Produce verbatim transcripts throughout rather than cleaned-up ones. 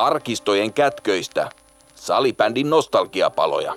arkistojen kätköistä. Salibändin nostalgiapaloja.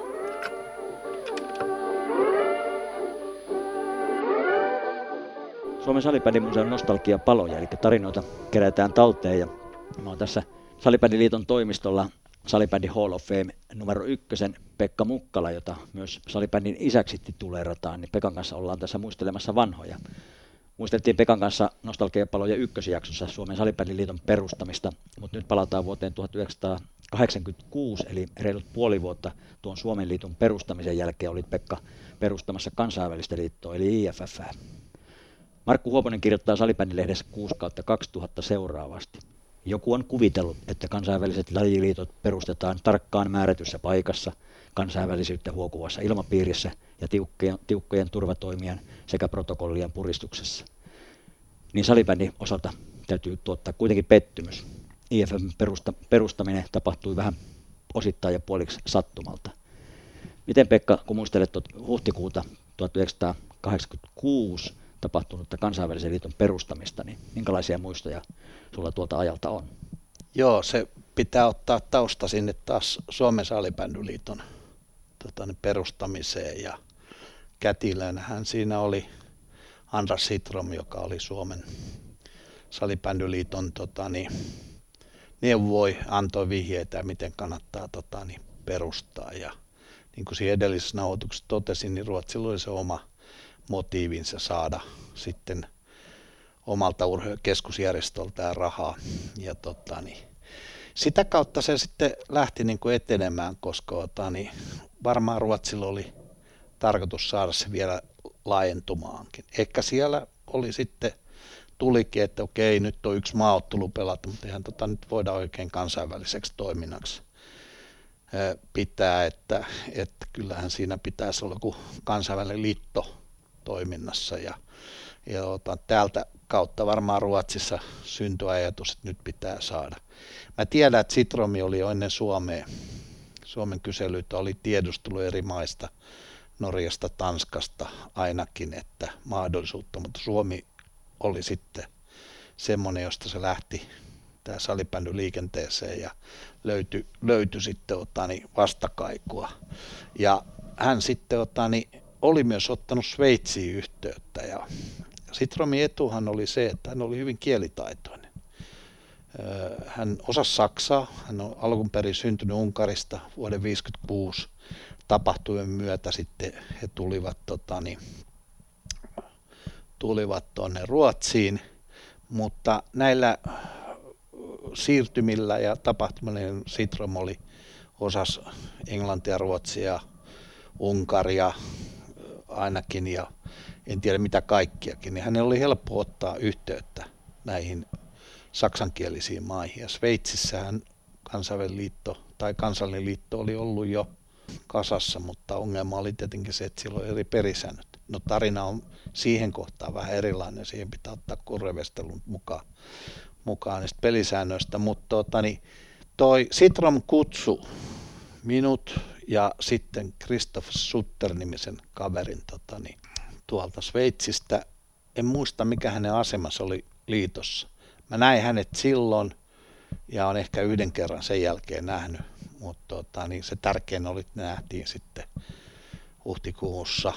Suomen salibändin museon nostalgiapaloja, eli tarinoita kerätään talteen. Ja mä oon tässä Salibändiliiton toimistolla Salibändin Hall of Fame numero ykkösen Pekka Mukkala, jota myös salibändin isäksi tituleerataan, niin Pekan kanssa ollaan tässä muistelemassa vanhoja. Muisteltiin Pekan kanssa nostalgiapaloja ykkösjaksossa Suomen salibändiliiton perustamista, mutta nyt palataan vuoteen tuhatyhdeksänsataakahdeksankymmentäkuusi, eli reilut puoli vuotta tuon Suomen liiton perustamisen jälkeen olit Pekka perustamassa kansainvälistä liittoa, eli I F F. Markku Huoponen kirjoittaa Salibändilehdessä kuusi kautta kaksituhatta seuraavasti. Joku on kuvitellut, että kansainväliset lajiliitot perustetaan tarkkaan määrätyssä paikassa, kansainvälisyyttä huokuvassa ilmapiirissä ja tiukkojen, tiukkojen turvatoimien sekä protokollien puristuksessa. Niin salibändin osalta täytyy tuottaa kuitenkin pettymys. I F F:n perusta, perustaminen tapahtui vähän osittain ja puoliksi sattumalta. Miten Pekka, kun muistelet huhtikuuta tuhatyhdeksänsataakahdeksankymmentäkuusi tapahtunutta kansainvälisen liiton perustamista, niin minkälaisia muistoja sulla tuolta ajalta on? Joo, se pitää ottaa tausta sinne taas Suomen salibändyliiton tota, perustamiseen, ja kätilönähän siinä oli Andras Sitrom, joka oli Suomen salibändyliiton tota, niin, neuvoi, antoi vihjeitä, miten kannattaa tota, niin, perustaa, ja niin kuin siinä edellisessä nauhoituksessa totesin, niin Ruotsilla oli se oma motiivinsa saada sitten omalta urheilukeskusjärjestöltään rahaa. Ja tota, niin, sitä kautta se sitten lähti niin kuin etenemään, koska ota, niin, varmaan Ruotsilla oli tarkoitus saada se vielä laajentumaankin. Ehkä siellä oli sitten, tulikin, että okei, nyt on yksi maaottelu pelata, mutta eihän tota nyt voida oikein kansainväliseksi toiminnaksi pitää, että, että kyllähän siinä pitäisi olla joku kansainvälinen liitto toiminnassa, ja, ja ota, täältä kautta varmaan Ruotsissa syntyi ajatus, että nyt pitää saada. Mä tiedän, että Sitromi oli jo ennen Suomea. Suomen kyselyitä oli tiedustelu eri maista, Norjasta, Tanskasta ainakin, että mahdollisuutta, mutta Suomi oli sitten semmoinen, josta se lähti tämä salibändy liikenteeseen ja löytyi, löytyi sitten otani vastakaikua. Ja hän sitten otani oli myös ottanut Sveitsiin yhteyttä, ja Sitromin etuhan oli se, että hän oli hyvin kielitaitoinen. Hän osasi saksaa, hän on alun perin syntynyt Unkarista vuoden viisikymmentäkuusi tapahtumien myötä, sitten he tulivat, totani, tulivat tuonne Ruotsiin, mutta näillä siirtymillä ja tapahtumilla Sitrom oli osas englantia, ruotsia, Unkaria ainakin, ja en tiedä mitä kaikkiakin, niin hänellä oli helppo ottaa yhteyttä näihin saksankielisiin maihin. Ja Sveitsissähän kansainvälinen liitto tai kansallinen liitto oli ollut jo kasassa, mutta ongelma oli tietenkin se, että sillä on eri pelisäännöt. No tarina on siihen kohtaan vähän erilainen, siihen pitää ottaa kurvevestelun mukaan, mukaan niistä pelisäännöistä, mutta totani, toi Sitrom kutsu minut ja sitten Christoph Sutter-nimisen kaverin totani, tuolta Sveitsistä. En muista, mikä hänen asemassa oli liitossa. Mä näin hänet silloin ja on ehkä yhden kerran sen jälkeen nähnyt, mutta tota, niin se tärkein oli, että nähtiin sitten huhtikuussa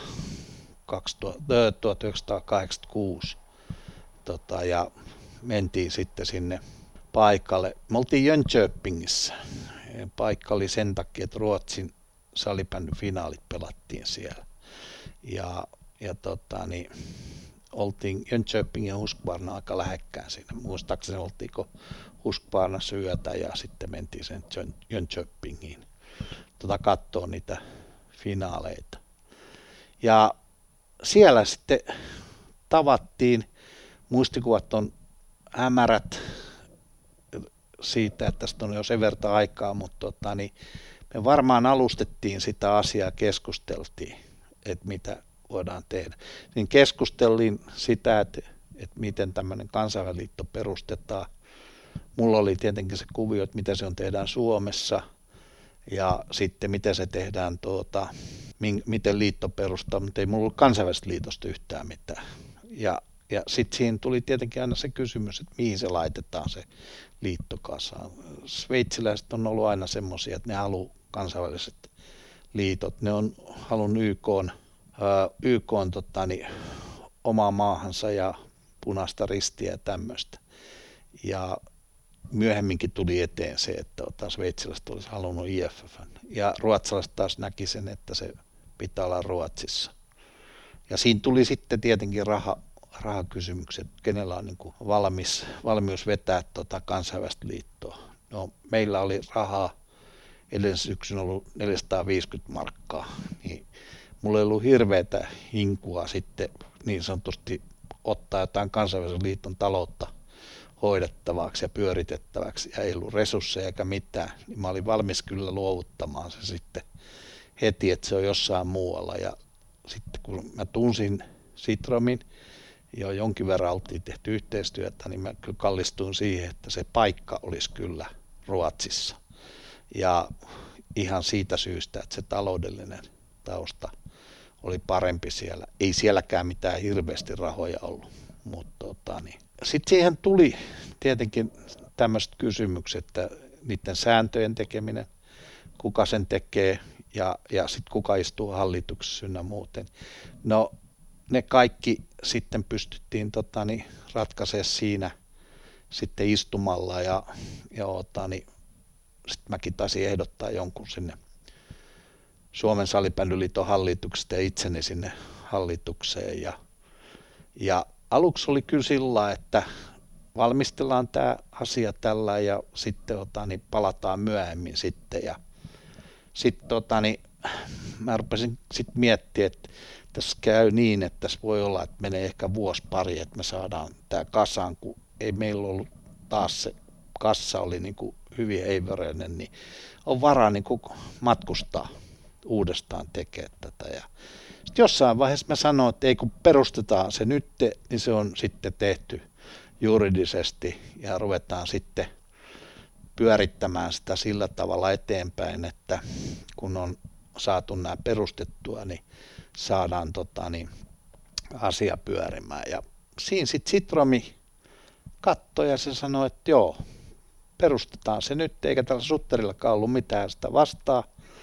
tuhatyhdeksänsataakahdeksankymmentäkuusi tota, ja mentiin sitten sinne paikalle. Me oltiin Jönköpingissä. Paikka oli sen takia, että Ruotsin salibändyfinaalit pelattiin siellä. Ja, ja tota, niin, oltiin Jönköpingin ja Husqvarna aika lähekkään siinä. Muistaakseni oltiinko Husqvarnassa yötä ja sitten mentiin sen Jönköpingiin tota, katsoa niitä finaaleita. Ja siellä sitten tavattiin, muistikuvat on hämärät siitä, että tästä on jo sen verran aikaa, mutta tota, niin me varmaan alustettiin sitä asiaa, keskusteltiin, että mitä voidaan tehdä. Niin keskusteltiin sitä, että, että miten tämmöinen kansainvälinen liitto perustetaan. Mulla oli tietenkin se kuvio, että miten se on tehdään Suomessa ja sitten miten se tehdään, tuota, miten liitto perustaa, mutta ei mulla ollut kansainvälistä liitosta yhtään mitään. Ja Ja sitten siihen tuli tietenkin aina se kysymys, että mihin se laitetaan se liittokasaan. Sveitsiläiset on ollut aina semmoisia, että ne haluaa kansainväliset liitot. Ne on halunnut YK:n, ää, YK:n tota, niin, omaa maahansa ja punaista ristiä ja tämmöistä. Ja myöhemminkin tuli eteen se, että ota, sveitsiläiset olisi halunnut I F F:n. Ja ruotsalaiset taas näki sen, että se pitää olla Ruotsissa. Ja siinä tuli sitten tietenkin raha, rahakysymykset, kenellä on niin kuin valmis, valmius vetää tota kansainvälistä liittoa. No, meillä oli rahaa, edellisen syksyn ollut neljäsataaviisikymmentä markkaa, niin mulla ei ollut hirveätä hinkua sitten niin sanotusti ottaa jotain kansainvälisen liiton taloutta hoidettavaksi ja pyöritettäväksi, ja ei ollut resursseja eikä mitään, niin mä olin valmis kyllä luovuttamaan se sitten heti, että se on jossain muualla. Ja sitten kun mä tunsin Citromin, jo jonkin verran oltiin tehty yhteistyötä, niin mä kyllä kallistuin siihen, että se paikka olisi kyllä Ruotsissa. Ja ihan siitä syystä, että se taloudellinen tausta oli parempi siellä. Ei sielläkään mitään hirveästi rahoja ollut. Mutta tota, niin. Sitten siihen tuli tietenkin tämmöiset kysymykset, että niiden sääntöjen tekeminen, kuka sen tekee ja, ja sitten kuka istuu hallituksessa ynnä muuten. No ne kaikki sitten pystyttiin tota, niin, ratkaisemaan siinä sitten istumalla ja, ja ota, niin, sitten mäkin taisin ehdottaa jonkun sinne Suomen salibändyliiton hallituksesta ja itseni sinne hallitukseen. Ja, ja aluksi oli kyllä sillä, että valmistellaan tämä asia tällä ja sitten ota, niin palataan myöhemmin sitten. Ja sitten tota, niin, mä rupesin sitten miettimään, että tässä käy niin, että tässä voi olla, että menee ehkä vuosi pari, että me saadaan tämä kasaan, kun ei meillä ollut taas se kassa oli niin kuin hyvin heiveröinen, niin on varaa niin kuin matkustaa uudestaan tekemään tätä. Ja sitten jossain vaiheessa mä sanoin, että ei kun perustetaan se nyt, niin se on sitten tehty juridisesti ja ruvetaan sitten pyörittämään sitä sillä tavalla eteenpäin, että kun on saatu nämä perustettua, niin saadaan tota, niin, asia pyörimään. Ja siinä sitten Citromi katsoi ja se sanoi, että joo, perustetaan se nyt, eikä tällä Sutterillakaan ollut mitään sitä vastaa.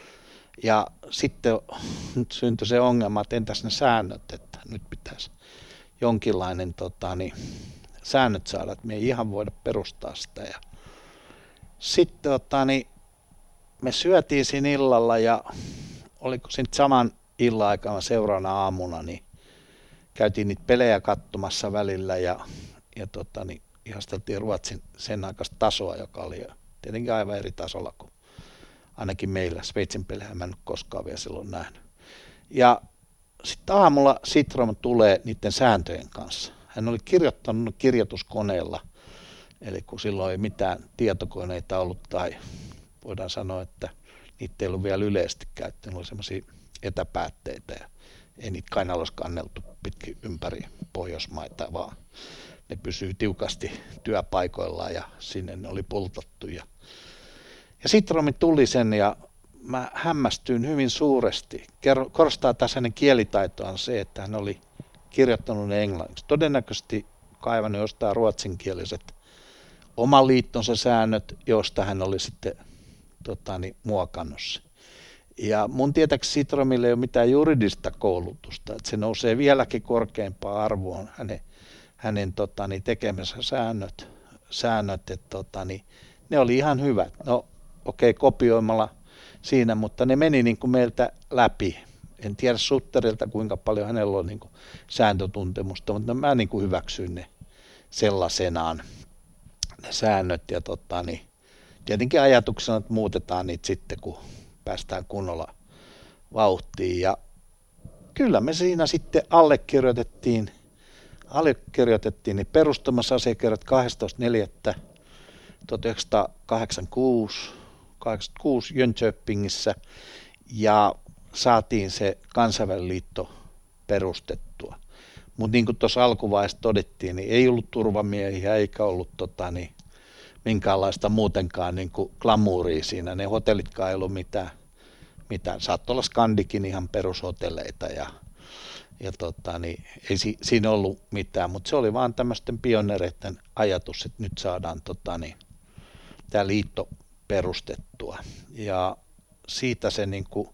Ja sitten nyt syntyi se ongelma, että entäs ne säännöt, että nyt pitäisi jonkinlainen tota, niin, säännöt saada, että me ei ihan voida perustaa sitä. Ja sitten tota, niin, me syötiin siinä illalla ja oliko siinä saman illan aikana seuraavana aamuna, niin käytiin niitä pelejä katsomassa välillä ja, ja tota, niin, ihasteltiin Ruotsin sen aikaista tasoa, joka oli tietenkin aivan eri tasolla kuin ainakin meillä. Sveitsin pelejä mä en ole koskaan vielä silloin nähnyt. Ja sitten aamulla Citrom tulee niiden sääntöjen kanssa. Hän oli kirjoittanut kirjoituskoneella, eli kun silloin ei mitään tietokoneita ollut tai voidaan sanoa, että niitä ei ollut vielä yleisesti käyttöön. Ne oli semmoisia etäpäätteitä ja ei niitä kainalossa kanneltu pitkin ympäri Pohjoismaita, vaan ne pysyy tiukasti työpaikoillaan ja sinne ne oli pultattu. Ja, ja Citromi tuli sen ja mä hämmästyin hyvin suuresti. Korostaa tässä hänen kielitaitoaan se, että hän oli kirjoittanut ne englanniksi. Todennäköisesti kaivannut jostain ruotsinkieliset oman liittonsa säännöt, joista hän oli sitten tota, niin, muokannut se. Ja mun tietääkseni Citromille ei ole mitään juridista koulutusta, että se nousee vieläkin korkeampaan arvoon hänen, hänen tota, niin, tekemänsä säännöt, säännöt että tota, niin, ne oli ihan hyvät. No okei, okay, kopioimalla siinä, mutta ne meni niin kuin meiltä läpi. En tiedä Sutterilta kuinka paljon hänellä on niin kuin sääntötuntemusta, mutta mä niin kuin hyväksyin ne sellaisenaan, ne säännöt. Ja tota, niin, tietenkin ajatuksena, että muutetaan niitä sitten, kun päästään kunnolla vauhtiin. Ja kyllä me siinä sitten allekirjoitettiin, allekirjoitettiin niin perustamassa asiakirjat kahdestoista neljättä tuhatyhdeksänsataakahdeksankymmentäkuusi kahdeksankymmentäkuusi Jönköpingissä ja saatiin se kansainvälinen liitto perustettua. Mutta niin kuin tuossa alkuvaiheessa todettiin, niin ei ollut turvamiehiä eikä ollut tota, niin, minkäänlaista muutenkaan niin kuin glamuuria siinä. Ne hotellitkaan ei ollut mitään. mitään. Saattoi olla Scandikin ihan perushotelleita ja, ja tota, niin, ei si, siinä ollut mitään, mutta se oli vaan tämmöisten pionereiden ajatus, että nyt saadaan tota, niin, tämä liitto perustettua. Ja siitä se niin kuin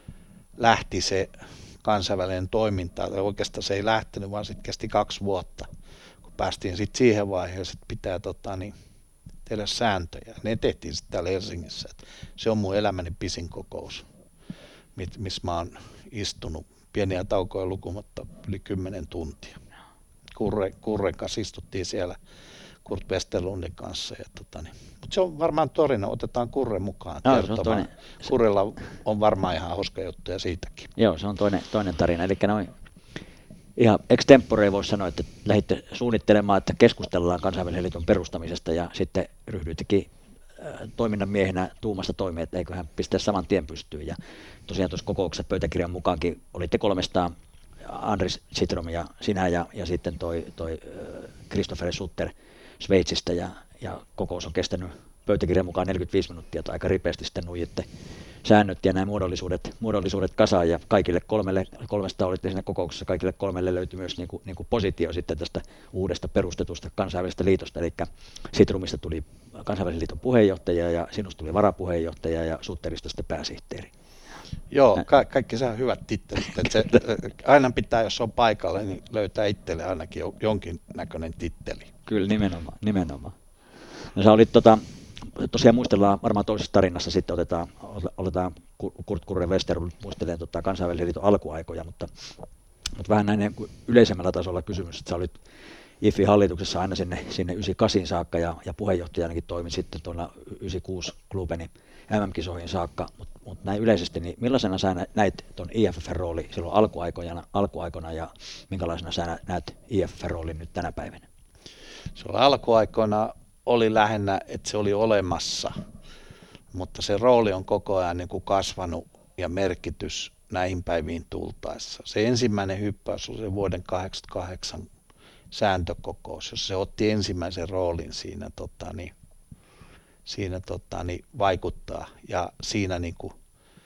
lähti se kansainvälinen toiminta. Oikeastaan se ei lähtenyt, vaan sitten kesti kaksi vuotta, kun päästiin sitten siihen vaiheeseen, että pitää tota, niin, tehdä sääntöjä. Ne tehtiin sitten täällä Helsingissä. Et se on mun elämäni pisin kokous, missä mä oon istunut pieniä taukoja lukumatta yli kymmenen tuntia. Kurre, Kurren kanssa istuttiin siellä Kurt Westerlundin kanssa. Ja tota, niin. Mutta se on varmaan torina, otetaan Kurre mukaan no, kertomaan. Kurrella on varmaan ihan hauska juttuja siitäkin. Joo, se on toinen, toinen tarina. Eli noin ihan extempore voisi sanoa, että lähditte suunnittelemaan, että keskustellaan kansainvälisen liiton perustamisesta ja sitten ryhdyittekin toiminnan miehenä tuumasta toimeen, että eiköhän pistää saman tien pystyyn. Ja tosiaan tuossa kokouksessa pöytäkirjan mukaankin olitte kolmestaan, Andris Zitrom ja sinä ja, ja sitten toi, toi Christopher Sutter Sveitsistä ja, ja kokous on kestänyt pöytäkirjan mukaan neljäkymmentäviisi minuuttia, että aika ripeästi sitten nuijitte säännöt ja nämä muodollisuudet, muodollisuudet kasaan ja kaikille kolmelle, kolmesta olitte siinä kokouksessa, kaikille kolmelle löytyi myös niin kuin, niin kuin positio sitten tästä uudesta perustetusta kansainvälisestä liitosta, eli Zitromista tuli kansainvälisen liiton puheenjohtaja ja sinusta tuli varapuheenjohtaja ja Sutterista sitten pääsihteeri. Joo, ka- kaikki saa hyvät tittelit. Se, aina pitää, jos on paikalla, niin löytää itselle ainakin jonkin näköinen titteli. Kyllä, nimenomaan. nimenomaan. No sä olit tota, tosiaan muistellaan varmaan toisessa tarinassa sitten otetaan, otetaan Kurt Kurre Westerlund muistelee tota kansainvälisen liiton alkuaikoja, mutta, mutta vähän näin yleisemmällä tasolla kysymys, että sä olit I F I-hallituksessa aina sinne, sinne yhdeksänkymmentäkahdeksan saakka ja, ja puheenjohtajanakin toimin sitten tuolla yhdeksänkymmentäkuusi klubeni M M-kisoihin saakka, mutta mut näin yleisesti, niin millaisena sä näit tuon I F F:n rooli silloin alkuaikoina, alkuaikoina ja minkälaisena sä näet I F F:n roolin nyt tänä päivänä? Silloin alkuaikoina oli lähinnä, että se oli olemassa, mutta se rooli on koko ajan niin kuin kasvanut ja merkitys näihin päiviin tultaessa. Se ensimmäinen hyppäys oli se vuoden kahdeksankymmentäkahdeksan sääntökokous, jossa se otti ensimmäisen roolin siinä, tota, niin, siinä tota, niin, vaikuttaa ja siinä niin kuin,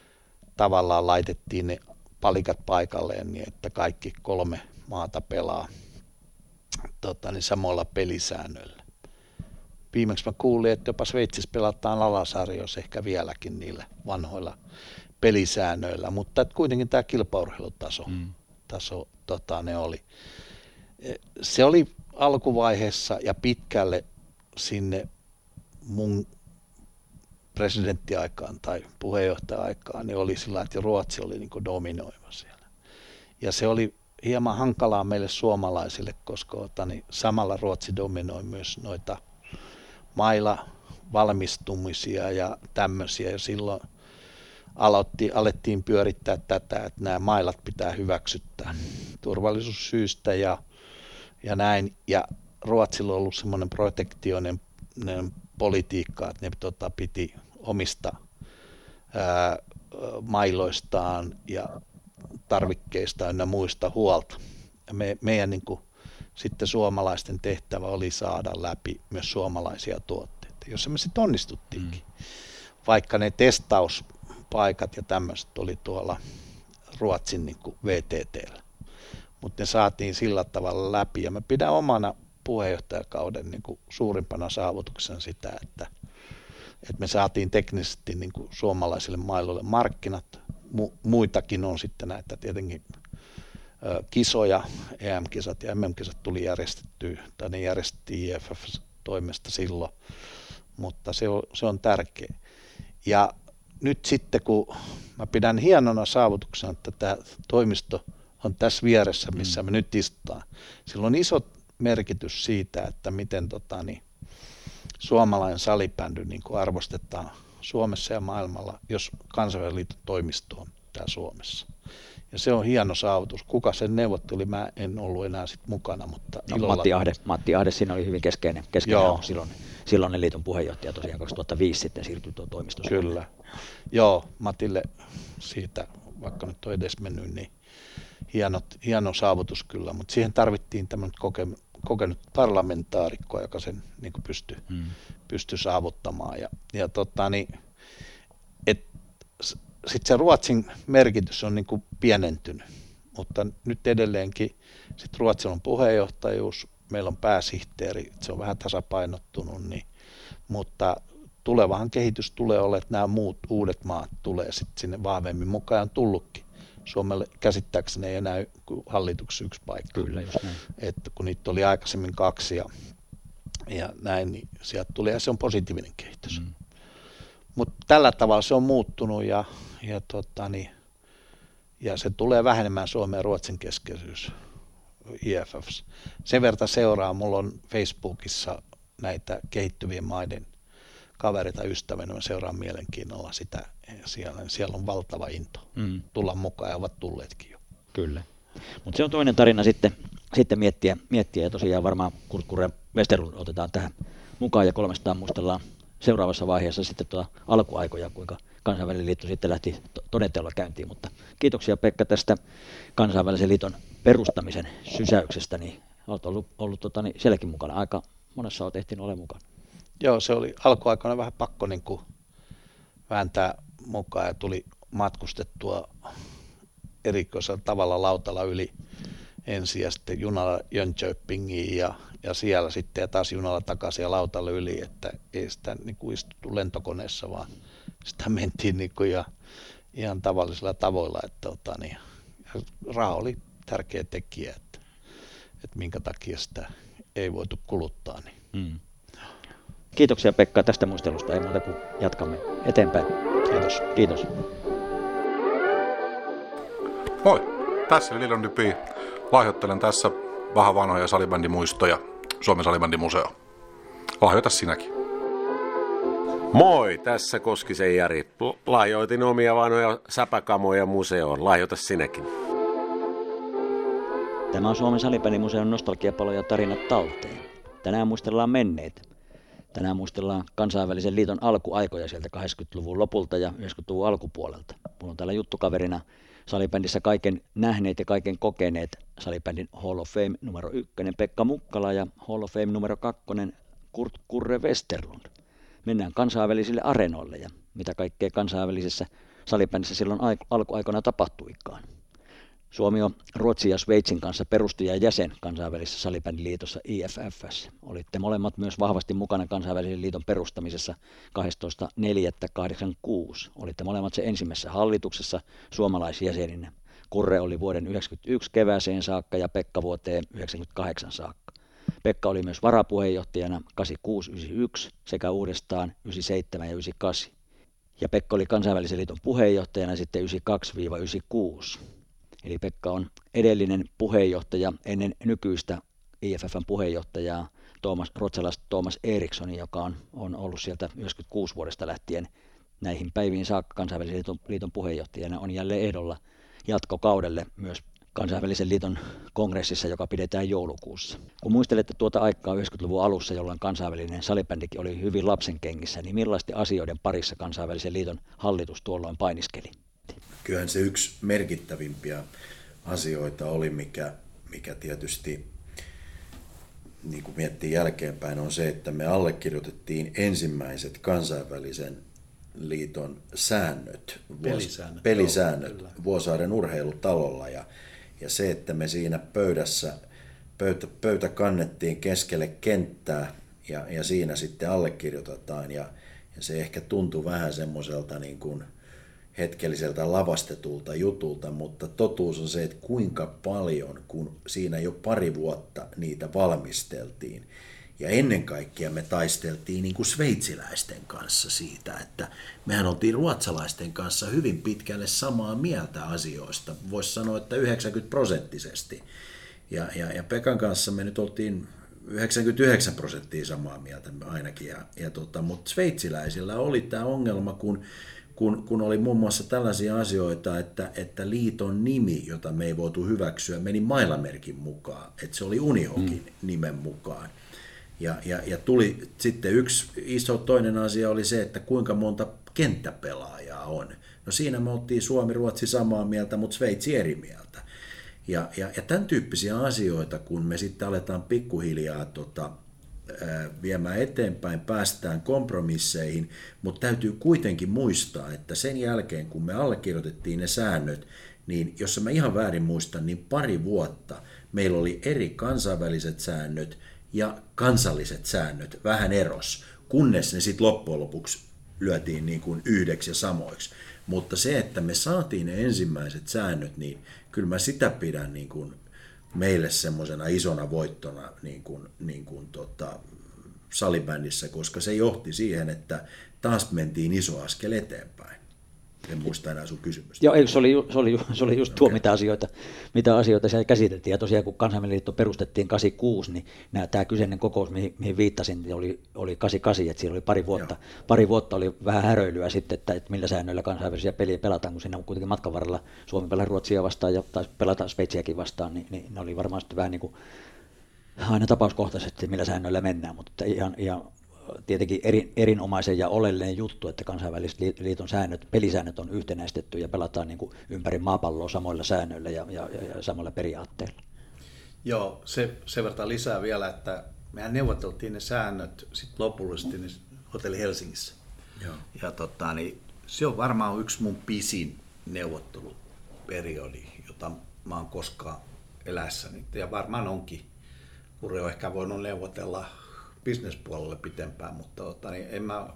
tavallaan laitettiin ne palikat paikalleen niin, että kaikki kolme maata pelaa tota, niin, samoilla pelisäännöillä. Viimeksi mä kuulin, että jopa Sveitsissä pelataan alasarjoissa ehkä vieläkin niillä vanhoilla pelisäännöillä, mutta kuitenkin tämä kilpaurheilutaso mm. taso, tota, ne oli. Se oli alkuvaiheessa ja pitkälle sinne mun presidenttiaikaan tai puheenjohtaja-aikaan, niin oli sillä, että Ruotsi oli niin kuin dominoiva siellä. Ja se oli hieman hankalaa meille suomalaisille, koska otani, samalla Ruotsi dominoi myös noita mailla valmistumisia ja tämmöisiä. Ja silloin aloitti, alettiin pyörittää tätä, että nämä mailat pitää hyväksyttää turvallisuussyistä ja, ja näin. Ja Ruotsilla on ollut semmoinen protektioninen politiikka, että ne tota, piti omista ää, mailoistaan ja tarvikkeistaan ja muista huolta. Ja me, meidän niin kuin, sitten suomalaisten tehtävä oli saada läpi myös suomalaisia tuotteita, jossa me sitten onnistuttiinkin. Mm. Vaikka ne testauspaikat ja tämmöiset oli tuolla Ruotsin niin kuin V T T:llä, mutta ne saatiin sillä tavalla läpi. Ja mä pidän omana puheenjohtajakauden niin kuin suurimpana saavutuksena sitä, että, että me saatiin teknisesti niin kuin suomalaisille mailoille markkinat. Mu, muitakin on sitten näitä tietenkin ö, kisoja, E M-kisat ja M M-kisat tuli järjestettyä, tai ne järjestettiin I F F-toimesta silloin, mutta se on, se on tärkeä. Ja nyt sitten, kun mä pidän hienona saavutuksena, että tämä toimisto on tässä vieressä, missä me nyt istutaan, sillä on iso merkitys siitä, että miten tota, niin, suomalainen salibändy niin kuin arvostetaan Suomessa ja maailmalla, jos kansainvälinen liiton toimisto on täällä Suomessa. Ja se on hieno saavutus. Kuka sen neuvotteli, mä en ollut enää sit mukana. Mutta no, ilolla... Matti Ahde, Matti Ahde siinä oli hyvin keskeinen, keskeinen silloin, silloinen liiton puheenjohtaja tosiaan kaksituhattaviisi sitten siirtyi tuo toimisto. Kyllä. Joo, Matille siitä, vaikka nyt on edes mennyt, niin hieno, hieno saavutus kyllä, mutta siihen tarvittiin tämmöinen koke, kokenut parlamentaarikko, joka sen niin kuin pystyi, hmm. pystyi saavuttamaan. Ja, ja tota, niin, sitten se Ruotsin merkitys on niin kuin pienentynyt. mutta nyt edelleenkin sit Ruotsilla on puheenjohtajuus, meillä on pääsihteeri, se on vähän tasapainottunut, niin, mutta tulevahan kehitys tulee olemaan, että nämä muut uudet maat tulee sitten sinne vahvemmin mukaan, on tullutkin. Suomelle käsittääkseni ei enää hallituksessa yksi paikka. Kyllä, just näin. Että kun niitä oli aikaisemmin kaksi ja, ja näin, niin sieltä tulee ja se on positiivinen kehitys. Mm. Mutta tällä tavalla se on muuttunut ja, ja, tota, niin, ja se tulee vähenemään Suomen ja Ruotsin keskeisyys I F F:ssä. Sen verran seuraa, mulla on Facebookissa näitä kehittyvien maiden kavereita, ystävänä, mä seuraan mielenkiinnolla sitä siellä, siellä on valtava into mm. tulla mukaan ja ovat tulleetkin jo. Kyllä, mutta se on toinen tarina sitten, sitten miettiä, miettiä ja tosiaan varmaan Kurt Kurre Westerlund otetaan tähän mukaan ja kolmestaan muistellaan seuraavassa vaiheessa sitten tuota alkuaikoja, kuinka kansainvälinen liitto sitten lähti todenteolla käyntiin, mutta kiitoksia Pekka tästä kansainvälisen liiton perustamisen sysäyksestä, niin olet ollut, ollut tota, niin sielläkin mukana, aika monessa olet ehtinyt olemaan mukana. Joo, se oli alkuaikana vähän pakko niin kuin vääntää mukaan ja tuli matkustettua erikoisella tavalla lautalla yli ensin ja sitten junalla Jönköpingiin ja, ja siellä sitten ja taas junalla takaisin ja lautalla yli, että ei sitä niin kuin istuttu lentokoneessa, vaan sitä mentiin niin kuin ihan, ihan tavallisilla tavoilla, että ota, niin, raha oli tärkeä tekijä, että, että minkä takia sitä ei voitu kuluttaa. Niin. Mm. Kiitoksia Pekka tästä muistelusta, ei muuta kuin jatkamme eteenpäin. Kiitos. Kiitos. Moi, tässä oli Lilon Dypi. Lahjoittelen tässä vähän vanhoja salibändimuistoja Suomen salibändimuseo. Lahjoita sinäkin. Moi, tässä Koskisen Jari. Lahjoitin omia vanhoja säpäkamoja museoon. Lahjoita sinäkin. Tämä on Suomen salibändimuseon nostalgiapalo ja tarinat talteen. Tänään muistellaan menneitä. Tänään muistellaan kansainvälisen liiton alkuaikoja sieltä kahdeksankymmentäluvun lopulta ja yhdeksänkymmentäluvun alkupuolelta. Mulla on täällä juttukaverina salibändissä kaiken nähneet ja kaiken kokeneet salibändin Hall of Fame numero ykkönen Pekka Mukkala ja Hall of Fame numero kakkonen Kurt Kurre Westerlund. Mennään kansainvälisille areenoille ja mitä kaikkea kansainvälisessä salibändissä silloin alkuaikoina tapahtuikaan. Suomi on Ruotsin ja Sveitsin kanssa perustajajäsen kansainvälisessä salibändiliitossa I F F:ssä. Olitte molemmat myös vahvasti mukana kansainvälisen liiton perustamisessa kahdestoista neljättä kahdeksankymmentäkuusi. Olitte molemmat se ensimmäisessä hallituksessa suomalaisjäseninä. Kurre oli vuoden yhdeksänkymmentäyksi kevääseen saakka ja Pekka vuoteen yhdeksänkymmentäkahdeksan saakka. Pekka oli myös varapuheenjohtajana kahdeksankymmentäkuusi yhdeksänkymmentäyhdeksän sekä uudestaan yhdeksänkymmentäseitsemän ja yhdeksänkymmentäkahdeksan. Ja Pekka oli kansainvälisen liiton puheenjohtajana sitten yhdeksänkymmentäkaksi yhdeksänkymmentäkuusi. Eli Pekka on edellinen puheenjohtaja ennen nykyistä I F F:n puheenjohtajaa Thomas, ruotsalaista Thomas Erikssonia, joka on, on ollut sieltä yhdeksänkymmentäkuusi vuodesta lähtien näihin päiviin saakka kansainvälisen liiton, liiton puheenjohtajana, on jälleen ehdolla jatkokaudelle myös kansainvälisen liiton kongressissa, joka pidetään joulukuussa. Kun muistelette tuota aikaa yhdeksänkymmentäluvun alussa, jolloin kansainvälinen salibändikin oli hyvin lapsenkengissä, niin millaisten asioiden parissa kansainvälisen liiton hallitus tuolloin painiskeli? Kyllähän se yksi merkittävimpiä asioita oli, mikä, mikä tietysti niin kuin miettii jälkeenpäin, on se, että me allekirjoitettiin ensimmäiset kansainvälisen liiton säännöt, pelisäännöt, pelisäännöt joo, Vuosaaren urheilutalolla. Ja, ja se, että me siinä pöydässä, pöytä, pöytä kannettiin keskelle kenttää ja, ja siinä sitten allekirjoitetaan. Ja, ja se ehkä tuntui vähän semmoiselta niin kuin hetkelliseltä lavastetulta jutulta, mutta totuus on se, että kuinka paljon, kun siinä jo pari vuotta niitä valmisteltiin. Ja ennen kaikkea me taisteltiin niin kuin sveitsiläisten kanssa siitä, että mehän oltiin ruotsalaisten kanssa hyvin pitkälle samaa mieltä asioista. Voisi sanoa, että yhdeksänkymmentä prosenttisesti. Ja, ja, ja Pekan kanssa me nyt oltiin yhdeksänkymmentäyhdeksän prosenttia samaa mieltä ainakin. Ja, ja tota, mutta sveitsiläisillä oli tämä ongelma, kun Kun, kun oli muun muassa tällaisia asioita, että, että liiton nimi, jota me ei voitu hyväksyä, meni mailamerkin mukaan, että se oli Unihokin mm. nimen mukaan. Ja, ja, ja tuli sitten yksi iso toinen asia oli se, että kuinka monta kenttäpelaajaa on. No siinä me oltiin Suomi, Ruotsi samaa mieltä, mutta Sveitsi eri mieltä. Ja, ja, ja tämän tyyppisiä asioita, kun me sitten aletaan pikkuhiljaa tota, viemään eteenpäin, päästään kompromisseihin, mutta täytyy kuitenkin muistaa, että sen jälkeen kun me allekirjoitettiin ne säännöt, niin jos mä ihan väärin muistan, niin pari vuotta meillä oli eri kansainväliset säännöt ja kansalliset säännöt vähän eros, kunnes ne sitten loppujen lopuksi lyötiin niin kuin yhdeksi ja samoiksi. Mutta se, että me saatiin ne ensimmäiset säännöt, niin kyllä mä sitä pidän niin kuin meille semmoisena isona voittona niin kuin, niin kuin tota, salibändissä, koska se johti siihen, että taas mentiin iso askel eteenpäin. En muista enää sun kysymystä. Joo, eikö se oli, se oli, se oli just tuo, okay. mitä asioita, mitä asioita siellä käsiteltiin. Ja tosiaan, kun Kansainvälinen liitto perustettiin kahdeksankymmentäkuusi, niin nämä, tämä kyseinen kokous, mihin, mihin viittasin, niin oli, oli kahdeksankymmentäkahdeksan, että siinä oli pari vuotta. Joo. Pari vuotta oli vähän häröilyä sitten, että, että millä säännöillä kansainvälisiä peliä pelataan, kun siinä on kuitenkin matkan varrella Suomi pelaa Ruotsia vastaan ja taisi pelata Sveitsiäkin vastaan, niin, niin ne oli varmaan sitten vähän niin kuin aina tapauskohtaisesti, millä säännöillä mennään, mutta ihan, ihan tietenkin eri, erinomaisen ja oleellinen juttu, että kansainvälisen liiton säännöt, pelisäännöt on yhtenäistetty ja pelataan niin kuin ympäri maapalloa samoilla säännöillä ja, ja, ja, ja samoilla periaatteilla. Joo, se, se vertaa lisää vielä, että mehän neuvoteltiin ne säännöt sit lopullisesti niin Hotelli Helsingissä. Joo. Ja tota, niin, se on varmaan yksi mun pisin neuvotteluperiodi, jota mä oon koskaan elässäni. Ja varmaan onkin. Kure on ehkä voinut neuvotella bisnespuolelle pitempään, mutta tota, niin en mä,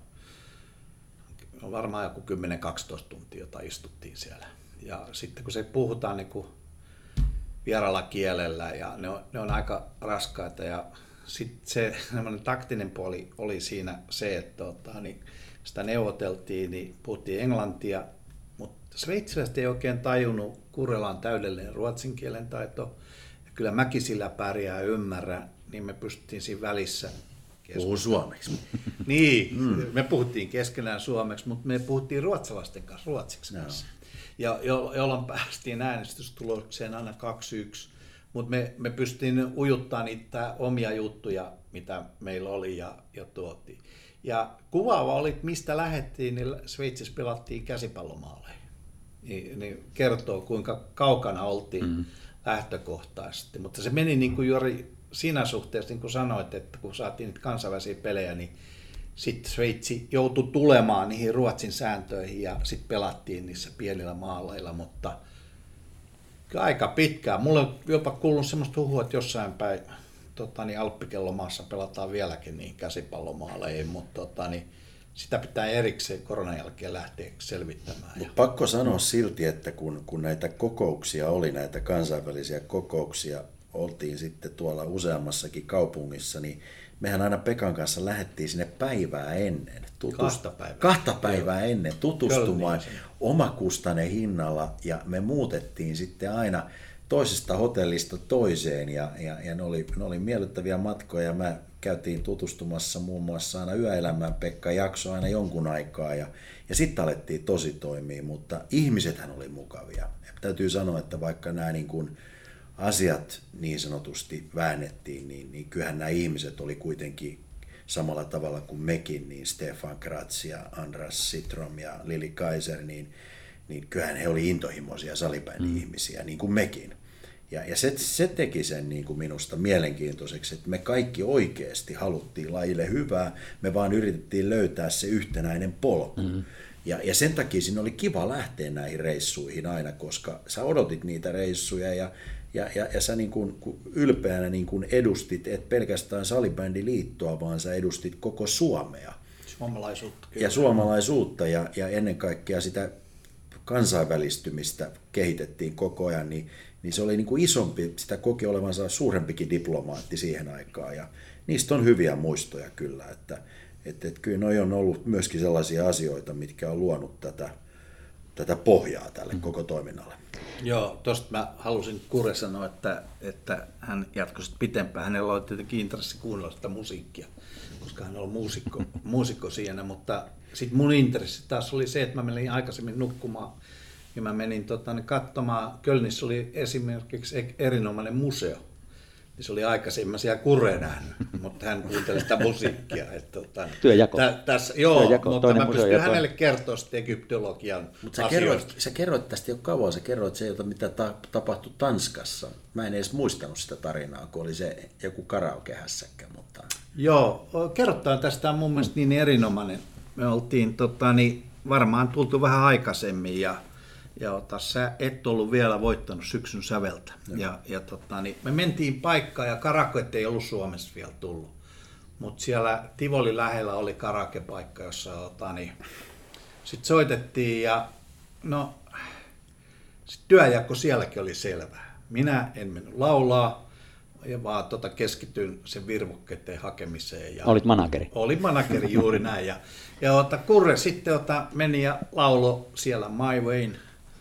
varmaan joku kymmenen kaksitoista tuntia, jota istuttiin siellä. Ja sitten kun se puhutaan niin kuin vieraalla kielellä ja ne on, ne on aika raskaita ja sitten se taktinen puoli oli siinä se, että tota, niin sitä neuvoteltiin, niin puhuttiin englantia, mutta sveitsiläiset ei oikein tajunnut, Kurella on täydellinen ruotsin kielen taito ja kyllä mäkin sillä pärjää ja ymmärrän, niin me pystyttiin siinä välissä Puhuu suomeksi. Niin, mm. me puhuttiin keskenään suomeksi, mutta me puhuttiin ruotsalaisten kanssa ruotsiksi. No. Ja jo, jolloin päästiin äänestystulokseen aina kaksi yksi, mutta me, me pystyttiin ujuttaa niitä omia juttuja, mitä meillä oli ja, ja tuotiin. Ja kuvaava oli, mistä lähdettiin, niin Sveitsissä pelattiin käsipallomaaleja. Niin, niin kertoo, kuinka kaukana oltiin mm. lähtökohtaisesti, mutta se meni niin kuin juuri siinä suhteessa, niin kuin sanoit, että kun saatiin niitä kansainvälisiä pelejä, niin sitten Sveitsi joutui tulemaan niihin Ruotsin sääntöihin ja sitten pelattiin niissä pienillä maaleilla, mutta aika pitkään. Mulle on jopa kuullut semmoista huhua, että jossain päin tota, niin Alppikellomaassa pelataan vieläkin niin käsipallomaaleihin, mutta tota, niin sitä pitää erikseen koronan jälkeen lähteä selvittämään. Mut pakko sanoa silti, että kun, kun näitä kokouksia oli, näitä kansainvälisiä kokouksia, oltiin sitten tuolla useammassakin kaupungissa, niin mehän aina Pekan kanssa lähdettiin sinne päivää ennen. Tutust- kahta päivää. Kahta päivää ennen tutustumaan omakustainen hinnalla ja me muutettiin sitten aina toisesta hotellista toiseen ja, ja, ja ne, oli, ne oli miellyttäviä matkoja. Mä käytiin tutustumassa muun muassa aina Yöelämään, Pekka jakso aina jonkun aikaa ja, ja sitten alettiin tosi toimia, mutta ihmisethän oli mukavia. Ja täytyy sanoa, että vaikka nämä niin kuin asiat niin sanotusti väännettiin, niin, niin kyllähän nämä ihmiset oli kuitenkin samalla tavalla kuin mekin, niin Stefan Kratz ja Andras Sitrom ja Lili Kaiser, niin, niin kyllähän he oli intohimoisia salibändi-ihmisiä, niin kuin mekin. Ja, ja se, se teki sen niin kuin minusta mielenkiintoiseksi, että me kaikki oikeasti haluttiin lajille hyvää, me vaan yritettiin löytää se yhtenäinen polku. Mm-hmm. Ja, ja sen takia siinä oli kiva lähteä näihin reissuihin aina, koska sä odotit niitä reissuja ja Ja, ja, ja sä niin kuin ylpeänä niin kuin edustit, et pelkästään salibändiliittoa, vaan sä edustit koko Suomea. Suomalaisuutta. Kyllä. Ja suomalaisuutta ja, ja ennen kaikkea sitä kansainvälistymistä kehitettiin koko ajan, niin, niin se oli niin kuin isompi, sitä koki olevansa suurempikin diplomaatti siihen aikaan. Ja niistä on hyviä muistoja kyllä, että et, et kyllä noi on ollut myöskin sellaisia asioita, mitkä on luonut tätä, tätä pohjaa tälle mm. koko toiminnalle. Joo, tuosta mä halusin Kure sanoa, että, että hän jatkoisi pitempään. Hänellä oli tietenkin intressi kuunnella sitä musiikkia, koska hän on muusikko, muusikko siinä, mutta sitten mun intressi taas oli se, että mä menin aikaisemmin nukkumaan ja mä menin tota, katsomaan. Kölnissä oli esimerkiksi erinomainen museo. Se oli aikaisemmin siellä Kure nähnyt, mutta hän kuunteli sitä musiikkia. Että, tota, Työjako. Tä, tässä, joo, Työjako, mutta mä pystyn hänelle kertoa sitten egyptologian Mutta sä kerroit, sä kerroit tästä jo kauan, sä kerroit se, mitä ta, tapahtui Tanskassa. Mä en edes muistanut sitä tarinaa, kun oli se joku karaokehässäkkä. Mutta... Joo, kerrotaan tästä on mun mielestä niin erinomainen. Me oltiin tota, niin, varmaan tultu vähän aikaisemmin ja, ja ota, sä et ollut vielä voittanut syksyn säveltä. Ja, ja, tota, niin, me mentiin paikkaan ja karaoke ei ollut Suomessa vielä tullut. Mutta siellä Tivoli lähellä oli karaokepaikka, jossa tota, niin, sitten soitettiin ja no, sit työjako sielläkin oli selvää. Minä en mennyt laulaa. Ja vaan tota keskityin sen virvokkeiden hakemiseen. Ja olit manageri. Olin manageri juuri näin. Ja, ja ota, Kurre sitten ota, meni ja laulo siellä My Wayn.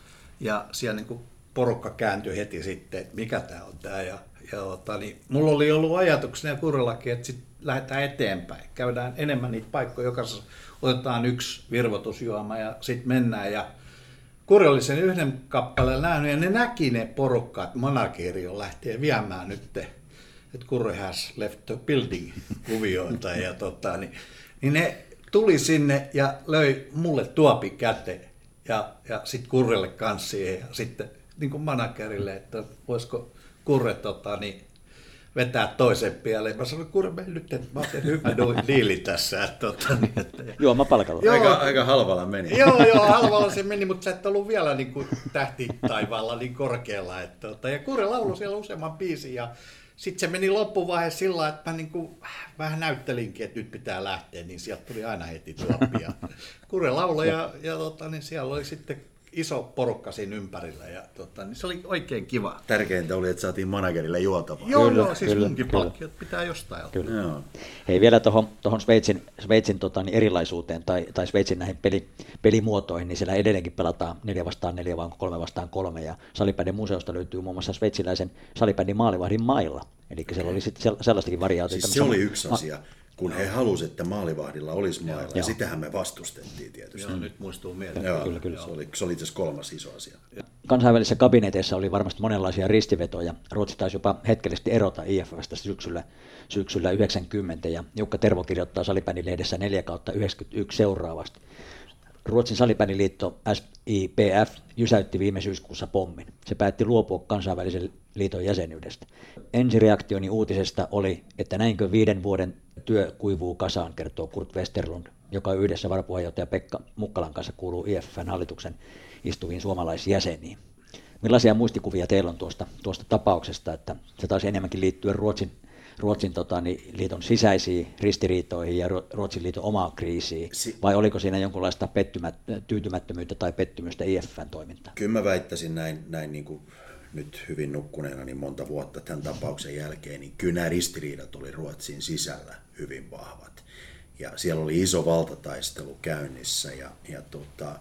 Ja siellä niin kuin porukka kääntyi heti sitten, että mikä tämä on tämä. Ja, ja ota, niin, mulla oli ollut ajatuksena ja Kurrellakin, että sitten lähdetään eteenpäin. Käydään enemmän niitä paikkoja, jokaisessa otetaan yksi virvoitusjuoma ja sitten mennään. Ja Kurre oli sen yhden kappaleen nähnyt ja ne näki ne porukkaat, että manageri on lähtee viemään nyt, että Kurre has left the building -kuvioita. Ja tota, niin, niin ne tuli sinne ja löi mulle tuopin käteen ja, ja sitten Kurrelle kanssa siihen ja sitten niin kuin managerille, että voisiko Kurre tota, niin, vetää toisen pieleen. Mä sanoin, Kurre, me nyt, että mä oon hyvä diili tässä. Että, tota, niin, että, juoma palkalla. Joo, aika, aika halvalla meni. Joo, joo, halvalla se meni, mutta sä et ollut vielä niin kuin tähti taivaalla niin korkealla. Että, tota, ja Kurre lauloi siellä useamman biisin ja sitten se meni loppuvaihe sillä, että mä niin kuin vähän näyttelinkin, että nyt pitää lähteä, niin sieltä tuli aina heti tuoppia. Kurre lauloi ja, ja tota, niin siellä oli sitten iso porukka siinä ympärillä ja tota, niin se oli oikein kiva. Tärkeintä oli, että saatiin managerille juotavaa. Joo, kyllä, joo, siis kyllä, munkin kyllä. palkkiot pitää jostain olla. Kyllä. Joo. Hei, vielä tuohon tohon Sveitsin, Sveitsin tota, niin erilaisuuteen tai, tai Sveitsin näihin peli, pelimuotoihin, niin siellä edelleenkin pelataan neljä vastaan neljä vaan kolme vastaan kolme ja salibändin museosta löytyy muun muassa sveitsiläisen salibändin maalivahdin mailla. Eli siellä oli sitten sellaistakin variaatiota. Siis se oli yksi asia, kun he halusivat, että maalivahdilla olisi mailla, ja, ja sitähän me vastustettiin tietysti. Joo, nyt muistuu mieleen. Joo, kyllä, kyllä. Se oli, se oli tässä kolmas iso asia. Kansainvälisissä kabineteissa oli varmasti monenlaisia ristivetoja. Ruotsi taisi jopa hetkellisesti erota I F F:stä syksyllä, syksyllä yhdeksänkymmentä ja Jukka Tervo kirjoittaa salibändilehdessä neljä kautta yhdeksänkymmentäyksi seuraavasti. Ruotsin salibändiliitto S I P F jysäytti viime syyskuussa pommin. Se päätti luopua kansainvälisen liiton jäsenyydestä. Ensireaktioni uutisesta oli, että näinkö viiden vuoden työ kuivuu kasaan, kertoo Kurt Westerlund, joka yhdessä varapuheenjohtaja Pekka Mukkalan kanssa kuuluu I F F:n hallituksen istuviin suomalaisjäseniin. Millaisia muistikuvia teillä on tuosta, tuosta tapauksesta, että se taisi enemmänkin liittyä Ruotsin, Ruotsin tota, niin, liiton sisäisiin ristiriitoihin ja Ruotsin liiton omaan kriisiin, si- vai oliko siinä jonkunlaista pettymät- tyytymättömyyttä tai pettymystä I F F:n toimintaan? Kyllä mä väittäisin näin, näin niin kuin nyt hyvin nukkuneena niin monta vuotta tämän tapauksen jälkeen, niin kyllä nämä ristiriidat oli Ruotsin sisällä hyvin vahvat. Ja siellä oli iso valtataistelu käynnissä ja, ja tota,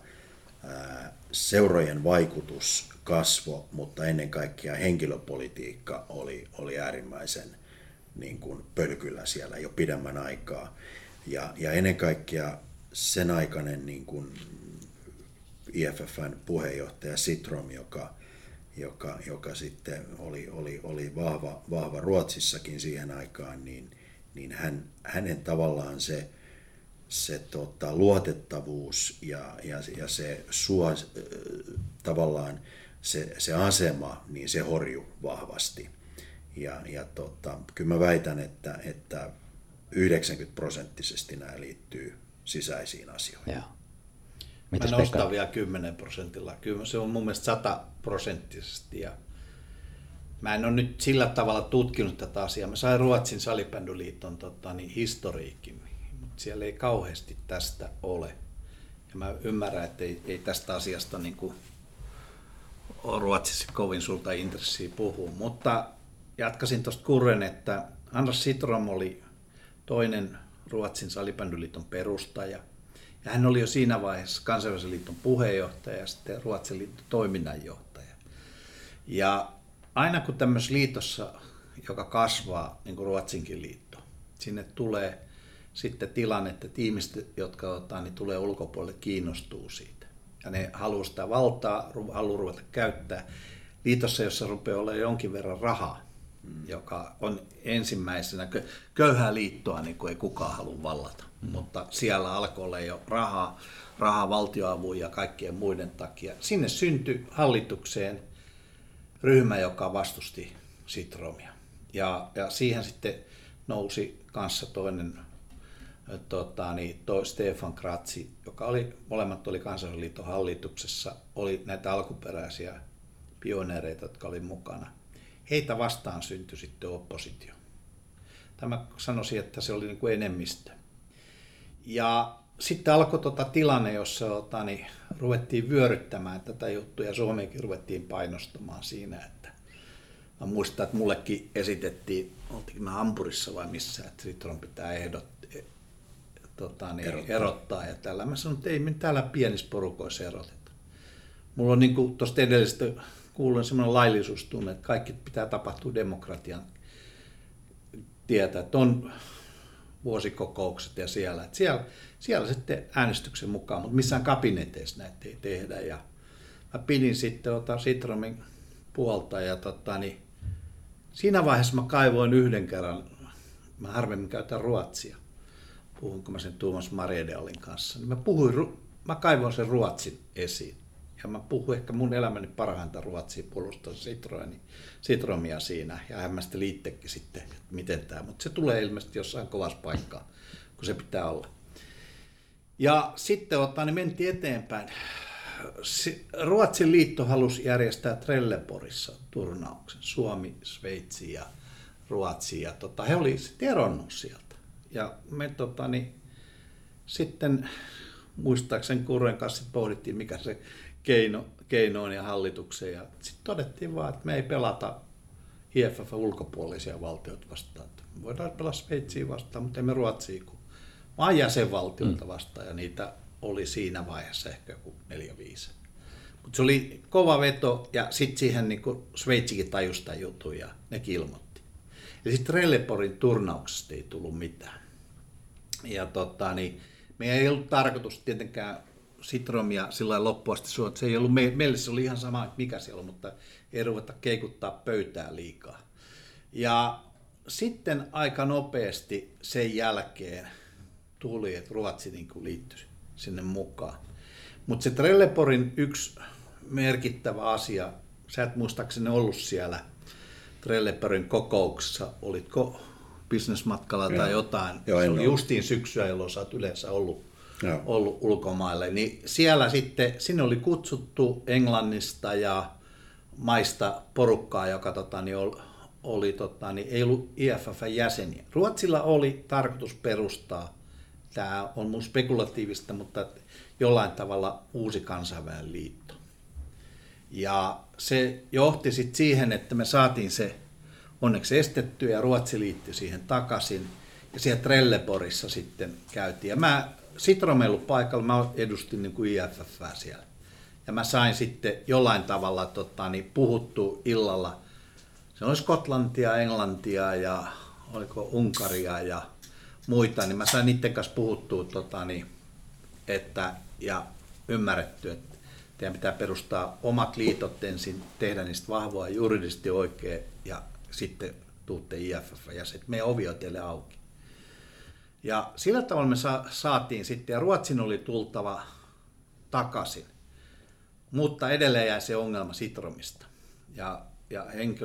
ää, seurojen vaikutus kasvoi, mutta ennen kaikkea henkilöpolitiikka oli, oli äärimmäisen niin kuin pölkyllä siellä jo pidemmän aikaa. Ja, ja ennen kaikkea sen aikainen niin kuin I F F:n puheenjohtaja Sitrom, joka, joka, joka sitten oli, oli, oli vahva, vahva Ruotsissakin siihen aikaan, niin, niin hän, hänen tavallaan se, se tota, luotettavuus ja, ja, ja se suos, tavallaan se, se asema, niin se horjui vahvasti. Ja, ja tota, kyllä mä väitän, että, että yhdeksänkymmentä prosenttisesti nämä liittyy sisäisiin asioihin. Joo. Mitäs mä nostan Pekka? Vielä kymmenen prosentilla. Kyllä se on mun mielestä sata prosenttisesti. Ja mä en ole nyt sillä tavalla tutkinut tätä asiaa. Mä sain Ruotsin salibändyliiton tota, niin historiikin, mutta siellä ei kauheasti tästä ole. Ja mä ymmärrän, että ei, ei tästä asiasta niin kuin ole Ruotsissa kovin suurta intressiä puhua. Mutta jatkasin tuosta Kurren, että Anders Sitrom oli toinen Ruotsin salibändyliiton perustaja. Ja hän oli jo siinä vaiheessa kansainvälisen liiton puheenjohtaja ja sitten Ruotsin liiton toiminnanjohtaja. Ja aina kun tämmöisessä liitossa, joka kasvaa, niin kuin Ruotsinkin liitto, sinne tulee sitten tilanne, että ihmiset, jotka ottaa, niin tulee ulkopuolelle, kiinnostuu siitä. Ja ne haluaa sitä valtaa, haluaa ruveta käyttää liitossa, jossa rupeaa olemaan jonkin verran rahaa, mm. joka on ensimmäisenä köyhää liittoa, niin kuin ei kukaan halua vallata. Mm. Mutta siellä alkoi olla jo rahaa, rahaa valtioavun ja kaikkien muiden takia. Sinne syntyi hallitukseen ryhmä, joka vastusti Sitromia. Ja, ja siihen sitten nousi kanssa toinen tota, niin, toi Stefan Kratsi, joka oli, molemmat oli Kansallisliiton hallituksessa, oli näitä alkuperäisiä pioneereita, jotka oli mukana. Heitä vastaan syntyi sitten oppositio. Tämä sanoisin, että se oli niin kuin enemmistö. Ja sitten alkoi tota tilanne, jossa tota, niin, ruvettiin vyöryttämään tätä juttua ja Suomeenkin ruvettiin painostamaan siinä, että mä muistan, että mullekin esitettiin, oltiinko mä Hampurissa vai missä, että Sitron pitää ehdot, tota, niin, erottaa. erottaa ja tällä. Mä sanoin, että ei me täällä pienissä porukoissa eroteta. Mulla on niin kuin tuosta edellisestä kuullut semmoinen laillisuustunne, että kaikki pitää tapahtua demokratian tietä, että on vuosikokoukset ja siellä, että siellä, siellä sitten äänestyksen mukaan, mutta missään kabineteissa näitä ei tehdä. Ja mä pidin sitten ota Citromin puolta ja tota, niin siinä vaiheessa mä kaivoin yhden kerran, mä harvemmin käytän ruotsia, puhunko mä sen Tuomas Marjedalin kanssa, niin mä, puhuin, mä kaivoin sen ruotsin esiin. Ja mä puhuin ehkä mun elämäni parhainta ruotsia puolustaa Citromia siinä. Ja hän mä sitten liittekin sitten, että miten tämä. Mutta se tulee ilmeisesti jossain kovassa paikkaa, kun se pitää olla. Ja sitten ottaa, niin mentiin eteenpäin. Ruotsin liitto halusi järjestää Trelleborissa turnauksen. Suomi, Sveitsi ja Ruotsi. Ja tota, he olivat sitten eronnut sieltä. Ja me tota, niin, sitten muistaakseni Kurren kanssa pohdittiin, mikä se keino, keinoon ja hallitukseen. Ja sitten todettiin vaan, että me ei pelata I F F ulkopuolisia valtioita vastaan. Me voidaan pelata Sveitsiä vastaan, mutta emme Ruotsia, vaan jäsenvaltioita vastaan. Ja niitä oli siinä vaiheessa ehkä joku neljä viisi. Mutta se oli kova veto ja sitten siihen niin Sveitsikin tajusi tämän jutun ja nekin ilmoitti. Ja sitten Trelleborgin turnauksesta ei tullut mitään. Ja tota, niin, meidän ei ollut tarkoitus tietenkään Citromia sillä loppuun asti suojata. Se ei ollut, meille se oli ihan sama, että mikä siellä on, mutta ei ruveta keikuttaa pöytää liikaa. Ja sitten aika nopeasti sen jälkeen tuli, että Ruotsi niin kuin liittyi sinne mukaan. Mutta se Trelleborgin yksi merkittävä asia, sä et muistaakseni ollut siellä Trelleborgin kokouksessa, olitko businessmatkalla tai jotain, Joo, se oli justiin syksyä, jolloin sä oot yleensä ollut, ollut ulkomaille, niin siellä sitten, sinne oli kutsuttu Englannista ja maista porukkaa, joka tota, niin oli, oli tota, niin ei ollut I F F:n jäseniä. Ruotsilla oli tarkoitus perustaa, tämä on mun spekulatiivista, mutta jollain tavalla uusi kansainvälinen liitto. Ja se johti sitten siihen, että me saatiin se onneksi estettyä ja Ruotsi liittyi siihen takaisin. Ja siellä Trelleborgissa sitten käytiin. Ja mä Citrom ei ollut paikalla, mä edustin niin kuin I F F:ää siellä. Ja mä sain sitten jollain tavalla tota, niin puhuttua illalla. Se oli Skotlantia, Englantia ja oliko Unkaria ja muita. Niin mä sain niiden kanssa puhuttua tota, niin, että, ja ymmärretty, että teidän pitää perustaa omat liitot ensin, tehdä niistä vahvoa juridisesti oikein ja sitten tuutte I F F ja sitten meidän ovi on teille auki. Ja sillä tavalla me sa- saatiin sitten, ja Ruotsin oli tultava takaisin, mutta edelleen jäi se ongelma Citromista ja, ja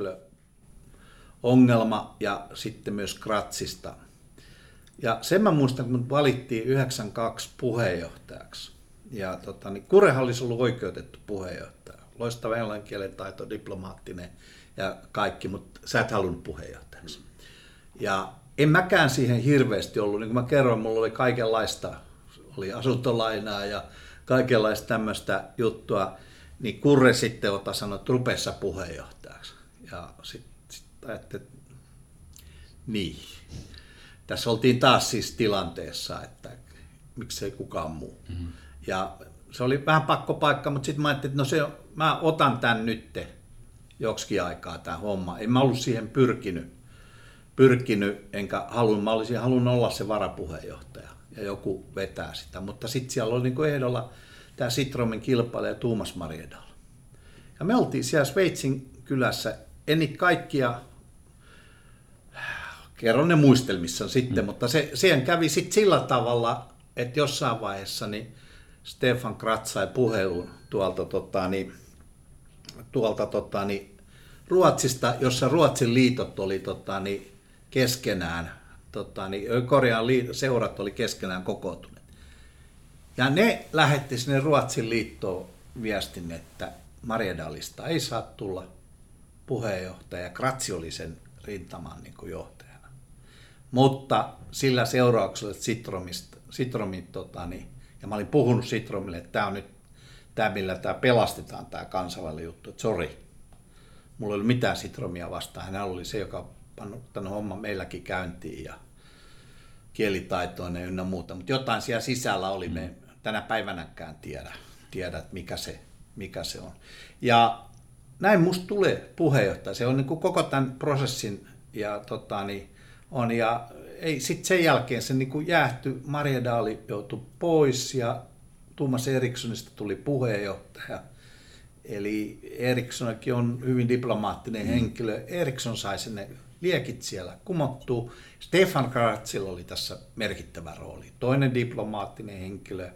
henkilöongelma ja sitten myös Kratsista. Ja sen mä muistan, kun valittiin yhdeksänkymmentäkaksi puheenjohtajaksi. Ja tota, niin Kurehan olisi ollut oikeutettu puheenjohtaja. Loistava englannin kielen taito, diplomaattinen ja kaikki, mutta sä et halunnut puheenjohtajaksi. Ja en mäkään siihen hirveästi ollut. Niin kuin mä kerroin, mulla oli kaikenlaista, oli asuntolainaa ja kaikenlaista tämmöistä juttua. Niin Kurre sitten ota sanoi, että rupeessa puheenjohtajaksi. Ja sitten sit ajattelin, että niin. Tässä oltiin taas siis tilanteessa, että miksei kukaan muu. Mm-hmm. Ja se oli vähän pakkopaikka, mutta sitten mä ajattelin, että no se, mä otan tämän nyt joksikin aikaa tämä homma. En mä ollut siihen pyrkinyt, pyrkinyt enkä halunnut, mä olisin halunnut olla se varapuheenjohtaja ja joku vetää sitä. Mutta sitten siellä oli niin kuin ehdolla tämä Citromin kilpailija Tuomas Marjedal. Ja me oltiin siellä Sveitsin kylässä, en niitä kaikkia, kerron ne muistelmissa sitten, mm. mutta se, siihen kävi sitten sillä tavalla, että jossain vaiheessa niin Stefan Kratz sai puhelun tuolta, tota, niin, tuolta tota, niin, Ruotsista, jossa Ruotsin liitot oli tota, niin, keskenään tota, niin Korean seurat oli keskenään kokoontuneet. Ja ne lähetti sinne Ruotsin liittoon viestin, että Mariedalista ei saa tulla puheenjohtaja. Kratsi oli sen rintaman niin kuin johtajana. Mutta sillä seurauksella, että Citromista, Citromit, tota, niin, ja mä olin puhunut Citromille, että tämä on nyt tämä, millä tämä pelastetaan, tämä kansainvälinen juttu, että sori, mulla ei ollut mitään Citromia vastaan. Hän oli se, joka on pannut tämän homman meilläkin käyntiin ja kielitaitoinen ynnä muuta, mutta jotain siellä sisällä oli, me tänä päivänäkään tiedä, tiedä että mikä se, mikä se on. Ja näin musta tulee puheenjohtaja, se on niin kuin koko tämän prosessin ja, tota, niin on, ja ei, sit sen jälkeen se niin kuin jäähtyi, Mariedal joutui pois ja Thomas Erikssonista tuli puheenjohtaja. Eli Erikssonakin on hyvin diplomaattinen henkilö. Eriksson sai sinne liekit siellä kumottua. Stefan Kratzilla oli tässä merkittävä rooli. Toinen diplomaattinen henkilö.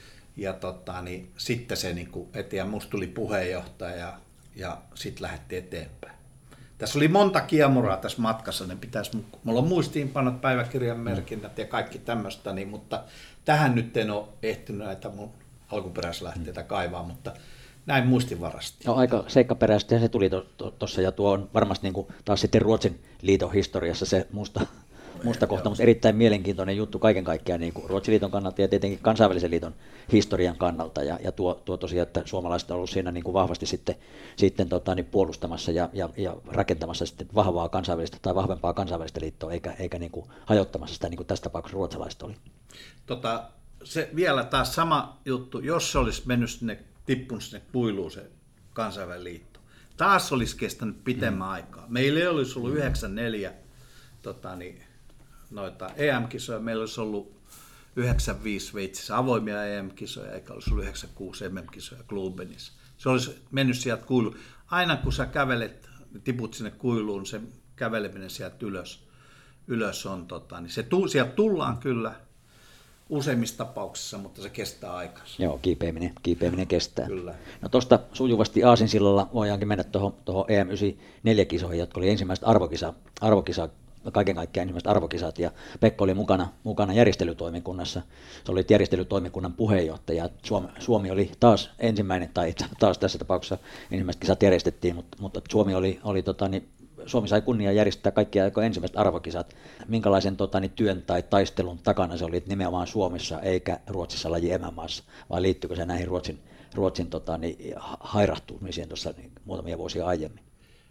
Ja tota, niin, sitten se niin kuin eteen, musta tuli puheenjohtaja ja, ja sitten lähdettiin eteenpäin. Tässä oli monta kiemuraa tässä matkassa. Ne pitäisi, mulla on muistiinpanot, päiväkirjan merkinnät ja kaikki tämmöistä, niin, mutta tähän nyt en ole ehtinyt näitä mun alkuperäislähteitä kaivaa, mutta näin muistinvarasti. No, aika seikkaperäisesti se tuli tuossa, to, ja tuo on varmasti niin kuin, taas sitten Ruotsin liiton historiassa se musta, musta kohta, mutta erittäin mielenkiintoinen juttu kaiken kaikkiaan niin kuin Ruotsin liiton kannalta ja tietenkin kansainvälisen liiton historian kannalta, ja, ja tuo, tuo tosiaan, että suomalaiset on ollut siinä niin kuin vahvasti sitten, sitten tota, niin puolustamassa ja, ja, ja rakentamassa sitten vahvaa kansainvälistä tai vahvempaa kansainvälistä liittoa, eikä, eikä niin kuin hajottamassa sitä, niin kuin tässä tapauksessa ruotsalaiset oli. Tota, se vielä taas sama juttu, jos se olisi mennyt sinne, tippunut sinne kuiluun se kansainvälinen liitto. Taas olisi kestänyt pitemmän mm. aikaa. Meillä ei olisi ollut yhdeksänkymmentäneljä tota, niin, noita E M-kisoja, meillä olisi ollut yhdeksänkymmentäviisi Sveitsissä avoimia E M-kisoja, eikä olisi ollut yhdeksänkymmentäkuusi M M-kisoja Klubenissa. Se olisi mennyt sieltä kuiluun. Aina kun sä kävelet, tiput sinne kuiluun, se käveleminen sieltä ylös, ylös on, tota, niin se tu, sieltä tullaan kyllä useimmissa tapauksissa, mutta se kestää aikansa. Joo, kiipeäminen, kiipeäminen kestää. Kyllä. No tuosta sujuvasti aasinsillalla voidaankin mennä tuohon E M yhdeksänkymmentäneljä-kisoihin, jotka oli ensimmäiset arvokisa, arvokisa, kaiken kaikkiaan ensimmäiset arvokisat, ja Pekka oli mukana, mukana järjestelytoimikunnassa. Se oli järjestelytoimikunnan puheenjohtaja. Suomi, Suomi oli taas ensimmäinen, tai taas tässä tapauksessa ensimmäiset kisat järjestettiin, mutta, mutta Suomi oli, oli tota, niin, Suomi sai kunniaa järjestää kaikki aikojen ensimmäiset arvokisat. Minkälaisen tota, niin, työn tai taistelun takana se oli nimenomaan Suomessa eikä Ruotsissa laji M M A:ssa, vai liittyykö se näihin Ruotsin, Ruotsin tota, niin, hairahtumisiin tuossa niin, muutamia vuosia aiemmin?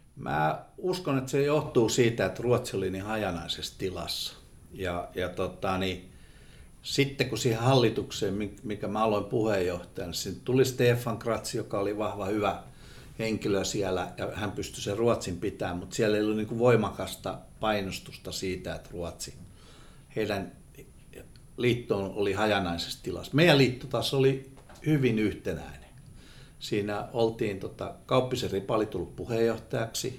Mä uskon, että se johtuu siitä, että Ruotsi oli niin hajanaisessa tilassa. Ja, ja tota, niin, sitten kun siihen hallitukseen, mikä mä aloin puheenjohtajana, niin tuli Stefan Kratz, joka oli vahva, hyvä henkilö siellä, ja hän pystyi sen Ruotsin pitämään, mutta siellä ei ollut niin kuin voimakasta painostusta siitä, että Ruotsi, heidän liittoon oli hajanaisessa tilassa. Meidän liitto taas oli hyvin yhtenäinen. Siinä oltiin, tota, Kauppisen Ripa oli tullut puheenjohtajaksi,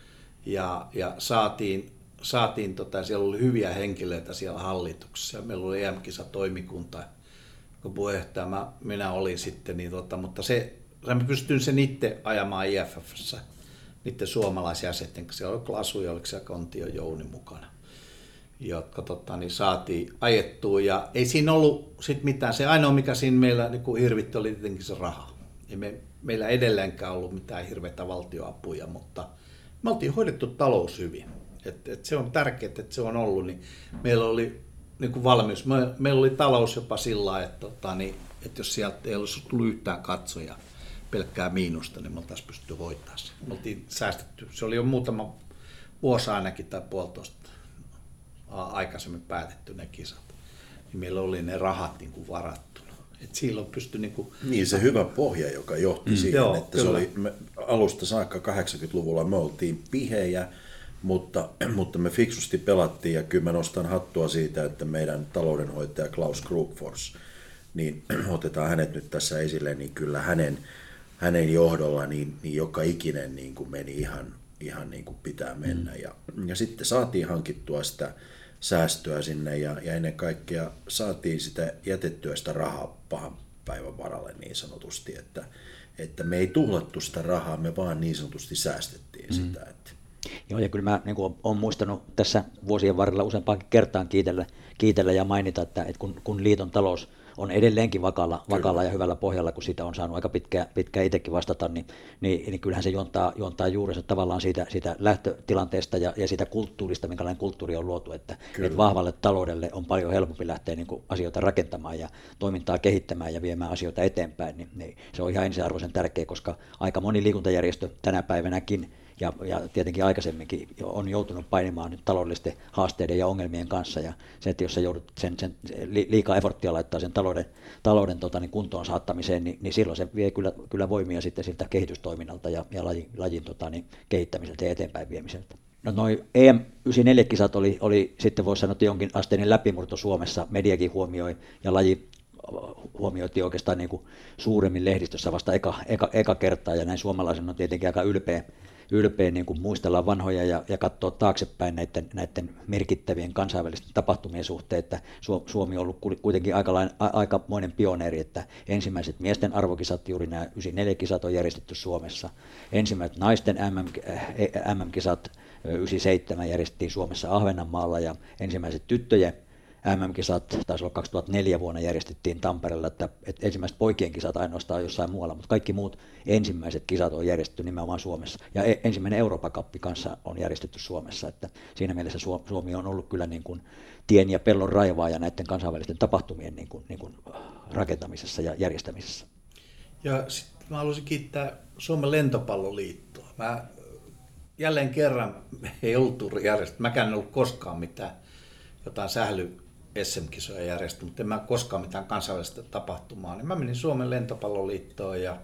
ja, ja saatiin, saatiin tota, siellä oli hyviä henkilöitä siellä hallituksessa, ja meillä oli E M-kisatoimikunta, kun puheenjohtaja mä, minä olin sitten, niin, tota, mutta se mä pystyin sen itse ajamaan I F F:ssä, niiden suomalaisjäsenten, kun siellä oli Klasu ja oliko siellä Kontio Jouni mukana, jotka tota, niin saatiin ajettua. Ja ei siinä ollut sit mitään. Se ainoa, mikä siinä meillä niin hirvitti, oli tietenkin se raha. Ei me, meillä edelleenkään ollut mitään hirveitä valtioapuja, mutta me oltiin hoidettu talous hyvin. Et, et se on tärkeää, että se on ollut. Niin meillä oli niin kuin valmius. Me, meillä oli talous jopa sillä lailla, että, tota, niin, että jos sieltä ei olisi tullut yhtään katsoja, pelkkää miinusta, niin me oltaisiin pystytty hoitamaan se. Me oltiin säästetty. Se oli jo muutama vuosi ainakin tai puolitoista aikaisemmin päätetty ne kisat. Niin meillä oli ne rahat niin kuin varattuna. Et silloin pystyi niin kuin... Niin se hyvä pohja, joka johti mm. siihen, Joo, että kyllä. se oli me, alusta saakka kahdeksankymmentäluvulla me oltiin pihejä, mutta, mutta me fiksusti pelattiin, ja kyllä mä nostan hattua siitä, että meidän taloudenhoitaja Klaus Krugfors, niin otetaan hänet nyt tässä esille, niin kyllä hänen hänen johdolla niin, niin joka ikinen niin kuin meni ihan, ihan niin kuin pitää mennä. Mm. Ja, ja sitten saatiin hankittua sitä säästöä sinne, ja, ja ennen kaikkea saatiin sitä jätettyä sitä rahaa pahan päivän varalle niin sanotusti, että, että me ei tuhlattu sitä rahaa, me vaan niin sanotusti säästettiin mm. sitä. Että. Joo, ja kyllä mä niin olen muistanut tässä vuosien varrella useampaankin kertaan kiitellä, kiitellä ja mainita, että, että kun, kun liiton talous on edelleenkin vakalla, vakalla ja hyvällä pohjalla, kun sitä on saanut aika pitkään, pitkään itsekin vastata, niin, niin, niin kyllähän se juontaa, juontaa juurensa tavallaan siitä, siitä lähtötilanteesta ja, ja siitä kulttuurista, minkälainen kulttuuri on luotu, että, että vahvalle taloudelle on paljon helpompi lähteä niin kuin asioita rakentamaan ja toimintaa kehittämään ja viemään asioita eteenpäin, niin, niin se on ihan ensiarvoisen tärkeä, koska aika moni liikuntajärjestö tänä päivänäkin Ja, ja tietenkin aikaisemminkin on joutunut painimaan nyt taloudellisten haasteiden ja ongelmien kanssa. Ja se, että jos sä joudut sen, sen liikaa efforttia laittaa sen talouden, talouden tota, niin kuntoon saattamiseen, niin, niin silloin se vie kyllä, kyllä voimia sitten siltä kehitystoiminnalta ja, ja lajin, lajin tota, niin kehittämiseltä ja eteenpäin viemiseltä. No noi E M yhdeksänkymmentäneljä-kisat oli, oli sitten voisi sanoa jonkin asteinen läpimurto Suomessa. Mediakin huomioi ja laji huomioitiin oikeastaan niin kuin suuremmin lehdistössä vasta eka, eka, eka kertaa. Ja näin suomalaisen on tietenkin aika ylpeä. ylpeä niin kuin muistella vanhoja ja, ja katsoa taaksepäin näiden, näiden merkittävien kansainvälisten tapahtumien suhteen, että Suomi on ollut kuitenkin aikalain, a, aikamoinen pioneeri, että ensimmäiset miesten arvokisat, juuri nämä yhdeksänkymmentäneljä-kisat on järjestetty Suomessa, ensimmäiset naisten M M-kisat yhdeksänkymmentäseitsemän järjestettiin Suomessa Ahvenanmaalla ja ensimmäiset tyttöjen M M-kisat, taisi olla kaksituhattaneljä vuonna järjestettiin Tampereella, että, että ensimmäiset poikien kisat ainoastaan jossain muualla, mutta kaikki muut ensimmäiset kisat on järjestetty nimenomaan Suomessa. Ja e- ensimmäinen Euroopan Cuppi kanssa on järjestetty Suomessa, että siinä mielessä Suomi on ollut kyllä niin kuin tien ja pellon raivaaja näiden kansainvälisten tapahtumien niin kuin, niin kuin rakentamisessa ja järjestämisessä. Ja sitten mä haluaisin kiittää Suomen lentopalloliittoa. Mä jälleen kerran ei oltu järjestetty, mäkään en ollut koskaan mitään jotain sähly S M-kisoja järjestänyt, mutta en mä koskaan mitään kansainvälistä tapahtumaa, niin mä menin Suomen lentopalloliittoon ja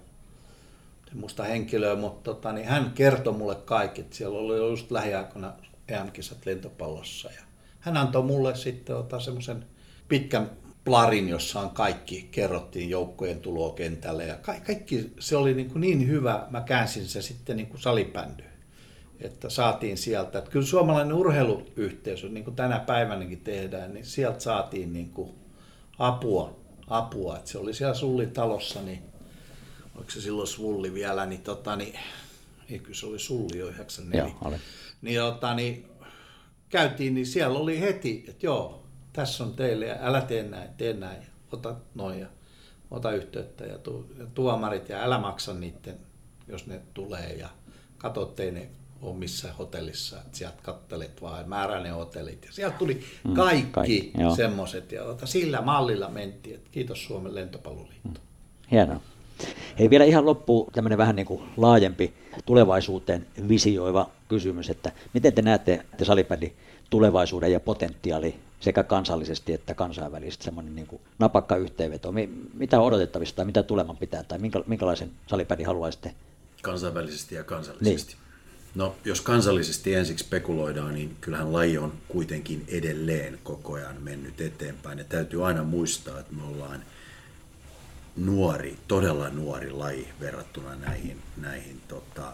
en muista henkilöä, mutta tota, niin hän kertoi mulle kaikki, että siellä oli just lähiaikoina E M-kisat lentopallossa ja hän antoi mulle sitten semmoisen pitkän plarin, jossa on kaikki, kerrottiin joukkojen tuloa kentälle ja kaikki, se oli niin, niin hyvä, mä käänsin se sitten niin kuin salibändyyn. Että saatiin sieltä, että kyllä suomalainen urheiluyhteisö, niin kuin tänä päivänäkin tehdään, niin sieltä saatiin niin kuin apua, apua. Että se oli siellä Sullitalossa, niin oliko se silloin Sulli vielä, niin, tota, niin ei kyllä se oli Sulli jo yhdeksänkymmentäneljä. Joo, niin, tota, niin käytiin, niin siellä oli heti, että joo, tässä on teille ja älä tee näin, tee näin, ota noin ja ota yhteyttä ja, tu, ja tuomarit ja älä maksa niiden, jos ne tulee ja katso, ettei ne ole missään hotellissa, että sieltä kattelet vaan määrä ne hotellit ja sieltä tuli kaikki, mm, kaikki semmoiset ja sillä mallilla mentiin, että kiitos Suomen lentopalloliitto. Mm. Hienoa. Hei, vielä ihan loppuun tämmöinen vähän niin kuin laajempi tulevaisuuteen visioiva kysymys, että miten te näette te salibändin tulevaisuuden ja potentiaali sekä kansallisesti että kansainvälisesti, semmoinen niin kuin napakka yhteenveto, mitä on odotettavissa tai mitä tuleman pitää tai minkälaisen salibändin haluaisitte? Kansainvälisesti ja kansallisesti. Niin. No, jos kansallisesti ensiksi spekuloidaan, niin kyllähän laji on kuitenkin edelleen koko ajan mennyt eteenpäin. Ja täytyy aina muistaa, että me ollaan nuori, todella nuori laji verrattuna näihin, näihin tota,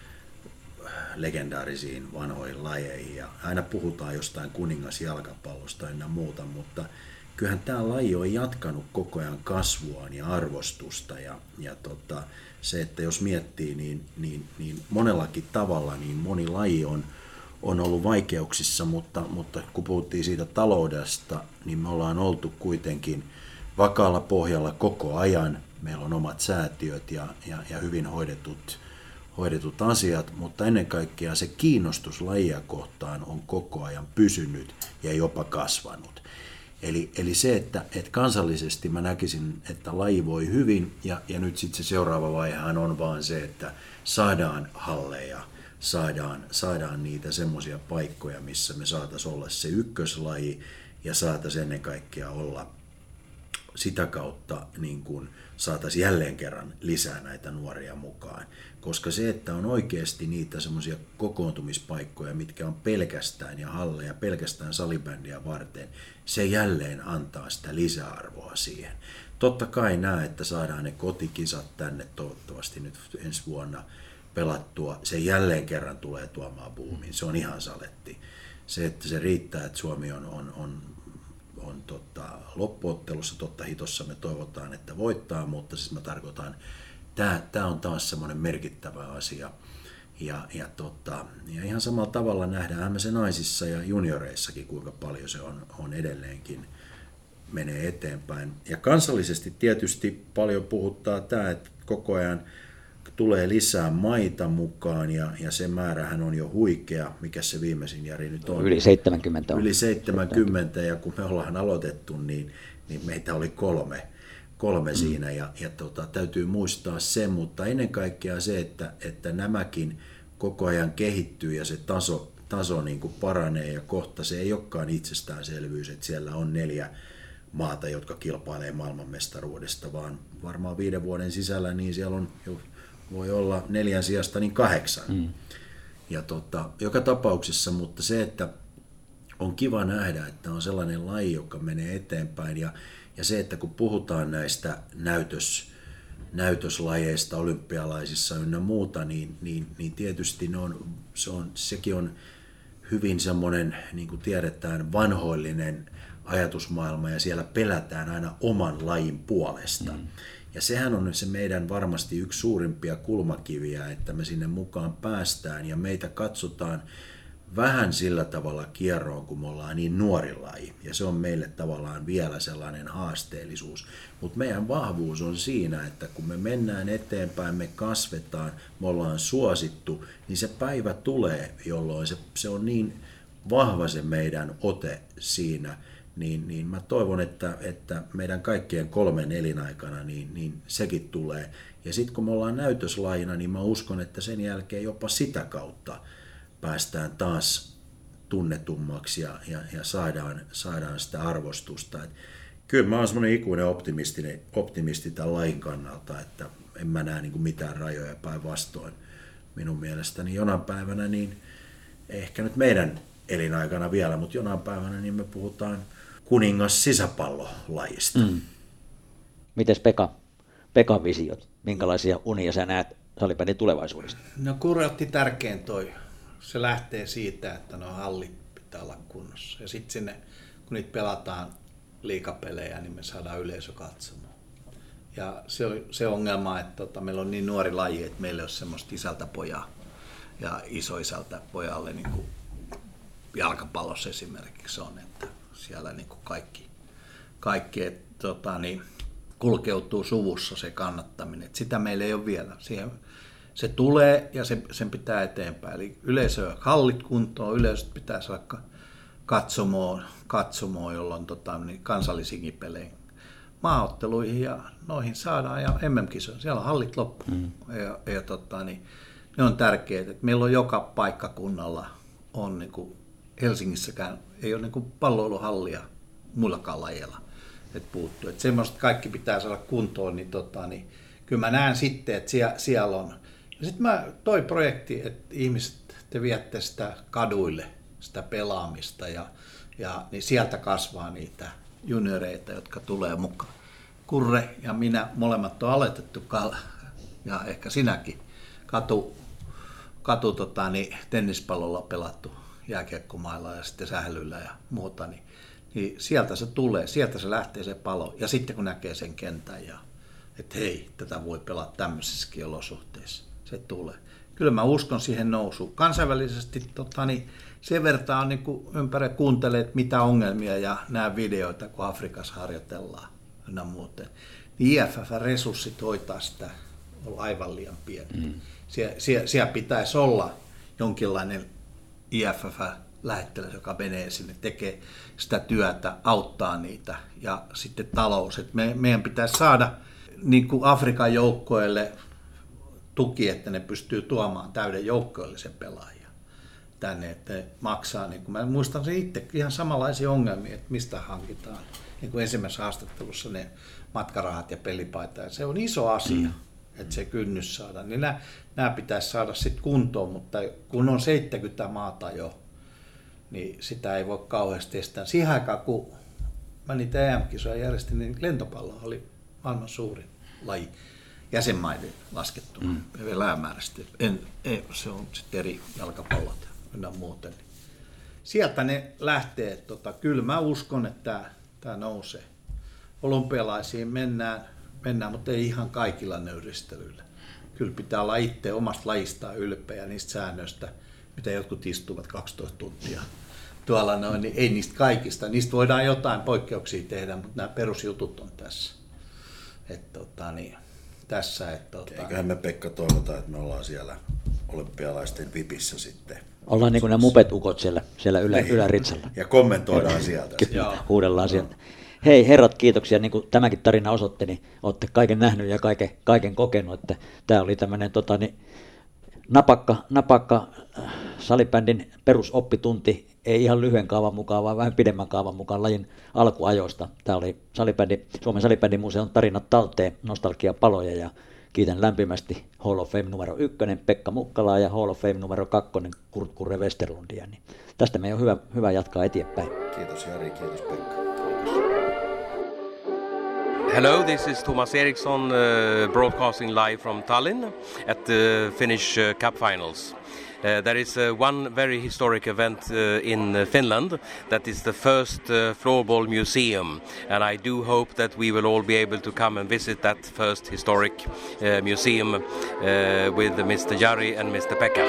legendaarisiin vanhoihin lajeihin. Ja aina puhutaan jostain kuningasjalkapallosta ynnä muuta, mutta kyllähän tämä laji on jatkanut koko ajan kasvuaan ja arvostusta. Ja, ja tota, se, että jos miettii, niin, niin, niin monellakin tavalla niin moni laji on, on ollut vaikeuksissa, mutta, mutta kun puhuttiin siitä taloudesta, niin me ollaan oltu kuitenkin vakaalla pohjalla koko ajan. Meillä on omat säätiöt ja, ja, ja hyvin hoidetut, hoidetut asiat, mutta ennen kaikkea se kiinnostus lajia kohtaan on koko ajan pysynyt ja jopa kasvanut. Eli, eli se, että, että kansallisesti mä näkisin, että laji voi hyvin ja, ja nyt sitten se seuraava vaihehan on vaan se, että saadaan halleja, saadaan, saadaan niitä semmoisia paikkoja, missä me saataisiin olla se ykköslaji ja saataisiin ennen kaikkea olla sitä kautta niin kuin saataisiin jälleen kerran lisää näitä nuoria mukaan. Koska se, että on oikeasti niitä semmoisia kokoontumispaikkoja, mitkä on pelkästään ja halleja, pelkästään salibändiä varten, se jälleen antaa sitä lisäarvoa siihen. Totta kai näe, että saadaan ne kotikisat tänne toivottavasti nyt ensi vuonna pelattua. Se jälleen kerran tulee tuomaan buumin. Se on ihan saletti. Se, että se riittää, että Suomi on, on, on on tota, loppuottelussa, totta hitossa me toivotaan, että voittaa, mutta siis mä tarkoitan, tämä on taas semmoinen merkittävä asia, Ja, ja, tota, ja ihan samalla tavalla nähdään me se naisissa ja junioreissakin, kuinka paljon se on, on edelleenkin menee eteenpäin. Ja kansallisesti tietysti paljon puhuttaa tämä, että koko ajan tulee lisää maita mukaan ja, ja se määrähän on jo huikea, mikä se viimeisin Jari nyt on. Yli seitsemänkymmentä on. Yli seitsemänkymmentä ja kun me ollaan aloitettu, niin, niin meitä oli kolme, kolme mm. siinä ja, ja tota, täytyy muistaa se, mutta ennen kaikkea se, että, että nämäkin koko ajan kehittyy ja se taso, taso niin kuin paranee ja kohta se ei olekaan itsestäänselvyys, että siellä on neljä maata, jotka kilpailee maailmanmestaruudesta, vaan varmaan viiden vuoden sisällä niin siellä on, voi olla neljän sijasta niin kahdeksan. Mm. Ja tota, joka tapauksessa, mutta se, että on kiva nähdä, että on sellainen laji, joka menee eteenpäin ja, ja se, että kun puhutaan näistä näytös, näytöslajeista olympialaisissa ynnä muuta, niin, niin, niin tietysti ne on, se on, sekin on hyvin semmoinen, niin kuin tiedetään, vanhoillinen ajatusmaailma ja siellä pelätään aina oman lajin puolesta. Mm. Ja sehän on se meidän varmasti yksi suurimpia kulmakiviä, että me sinne mukaan päästään ja meitä katsotaan vähän sillä tavalla kierroon, kun me ollaan niin nuori laji. Ja se on meille tavallaan vielä sellainen haasteellisuus. Mutta meidän vahvuus on siinä, että kun me mennään eteenpäin, me kasvetaan, me ollaan suosittu, niin se päivä tulee, jolloin se, se on niin vahva se meidän ote siinä, niin, niin mä toivon, että, että meidän kaikkien kolmen elinaikana niin, niin sekin tulee. Ja sitten kun me ollaan näytöslajina, niin mä uskon, että sen jälkeen jopa sitä kautta päästään taas tunnetummaksi ja, ja, ja saadaan, saadaan sitä arvostusta. Et kyllä mä oon semmoinen ikuinen optimisti, optimisti tämän lajin kannalta, että en mä näe niin kuin mitään rajoja päinvastoin. Minun mielestäni jonain päivänä, niin ehkä nyt meidän elinaikana vielä, mutta jonain päivänä niin me puhutaan kuningas sisäpallolajista. Mm. Mites Pekka, Pekan visiot? Minkälaisia unia sä näet salibändin tulevaisuudesta? No Kurre otti tärkein toi. Se lähtee siitä, että no hallit pitää olla kunnossa. Ja sitten sinne, kun niitä pelataan liigapelejä, niin me saadaan yleisö katsomaan. Ja se on se ongelma, että tota, meillä on niin nuori laji, että meillä ei ole semmoista isältä pojaa ja isoisältä pojalle niin kuin jalkapallossa esimerkiksi on, että siellä niin kuin kaikki, kaikki et, tota, niin, kulkeutuu suvussa se kannattaminen. Et sitä meillä ei ole vielä. Siihen, se tulee ja se, sen pitää eteenpäin. Eli yleisö hallit kuntoon, yleisöt pitää saada katsomoon, katsomoon jolloin tota, niin kansallisiinkin peleihin, maaotteluihin ja noihin saadaan ja M M-kisoihin. Siellä on hallit loppu. Mm. Ja, ja tota, niin, ne on tärkeitä. Et meillä on joka paikkakunnalla on niin kuin Helsingissäkään ei ole niin kuin palloiluhallia muillakaan lajeilla, että puuttuu. Että semmoista kaikki pitää saada kuntoon, niin, tota, niin kyllä mä näen sitten, että siellä, siellä on. Ja sitten mä toi projekti, että ihmiset, te viette sitä kaduille, sitä pelaamista, ja, ja niin sieltä kasvaa niitä junioreita, jotka tulee mukaan. Kurre ja minä molemmat on aloitettu, ja ehkä sinäkin, katu, katu tota, niin, tennispallolla pelattu jääkiekkomailla ja sitten sählyllä ja muuta, niin, niin sieltä se tulee, sieltä se lähtee se palo. Ja sitten kun näkee sen kentän ja että hei, tätä voi pelata tämmöisissäkin olosuhteissa, se tulee. Kyllä mä uskon siihen nousuun. Kansainvälisesti tota, niin sen verran on niin kuin ympäri kuuntelee, että mitä ongelmia ja nämä videoita, kun Afrikassa harjoitellaan ja muuten. Niin I F F-resurssit hoitaa sitä on aivan liian pieni. Mm. Sie, sie, siellä pitäisi olla jonkinlainen I F F-lähettiläs, joka menee sinne, tekee sitä työtä, auttaa niitä ja sitten talous. Et me, meidän pitäisi saada niin kuin Afrikan joukkoille tuki, että ne pystyy tuomaan täyden joukkoillisen pelaajan tänne, että ne maksaa. Niin kuin mä muistan se itse ihan samanlaisia ongelmia, että mistä hankitaan. Niin kuin ensimmäisessä haastattelussa ne matkarahat ja pelipaita. Ja se on iso asia. Mm. Että se kynnys saada, niin nämä, nämä pitäisi saada sitten kuntoon, mutta kun on seitsemänkymmentä maata jo, niin sitä ei voi kauheasti estää. Siihen aikaan, kun mä niitä E M-kisoja järjestin, niin lentopallo oli maailman suurin laji jäsenmaiden laskettuna mm. elämääräisesti. En, ei, se on sitten eri jalkapallot ja muuten. Sieltä ne lähtee, tota, kyllä mä uskon, että tämä nousee. Olympialaisiin mennään. Mennään, mutta ei ihan kaikilla nöyristelyillä. kyllä pitää olla itse omasta lajistaan ylpeä ja niistä säännöistä, mitä jotkut istuvat kaksitoista tuntia tuolla noin, niin ei niistä kaikista. Niistä voidaan jotain poikkeuksia tehdä, mutta nämä perusjutut on tässä. Että, tota, niin, tässä että, tota, eiköhän me Pekka toivota, että me ollaan siellä olympialaisten vipissä sitten. Ollaan niin kuin nämä mupetukot siellä, siellä ylä, niin. yläritsalla. Ja kommentoidaan sieltä. Kyllä, huudellaan sieltä. Hei herrat, kiitoksia. Niin kuin tämäkin tarina osoitti, niin olette kaiken nähnyt ja kaiken, kaiken kokenut. Että tämä oli tämmöinen tota, niin, napakka, napakka äh, salibändin perusoppitunti. Ei ihan lyhyen kaavan mukaan, vaan vähän pidemmän kaavan mukaan lajin alkuajoista. Tämä oli salibändi, Suomen salibändimuseon tarinat talteen, nostalgiapaloja, ja kiitän lämpimästi Hall of Fame numero ykkönen Pekka Mukkalaa ja Hall of Fame numero kakkonen Kurt Kurre Westerlundia. Niin tästä meidän on hyvä, hyvä jatkaa eteenpäin. Kiitos Jari, kiitos Pekka. Hello, this is Thomas Eriksson uh, broadcasting live from Tallinn at the Finnish uh, Cup Finals. Uh, there is uh, one very historic event uh, in uh, Finland that is the first uh, floorball museum, and I do hope that we will all be able to come and visit that first historic uh, museum uh, with Mister Jari and Mister Pekka.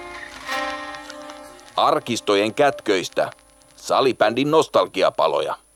Arkistojen kätköistä salibändin nostalgiapaloja.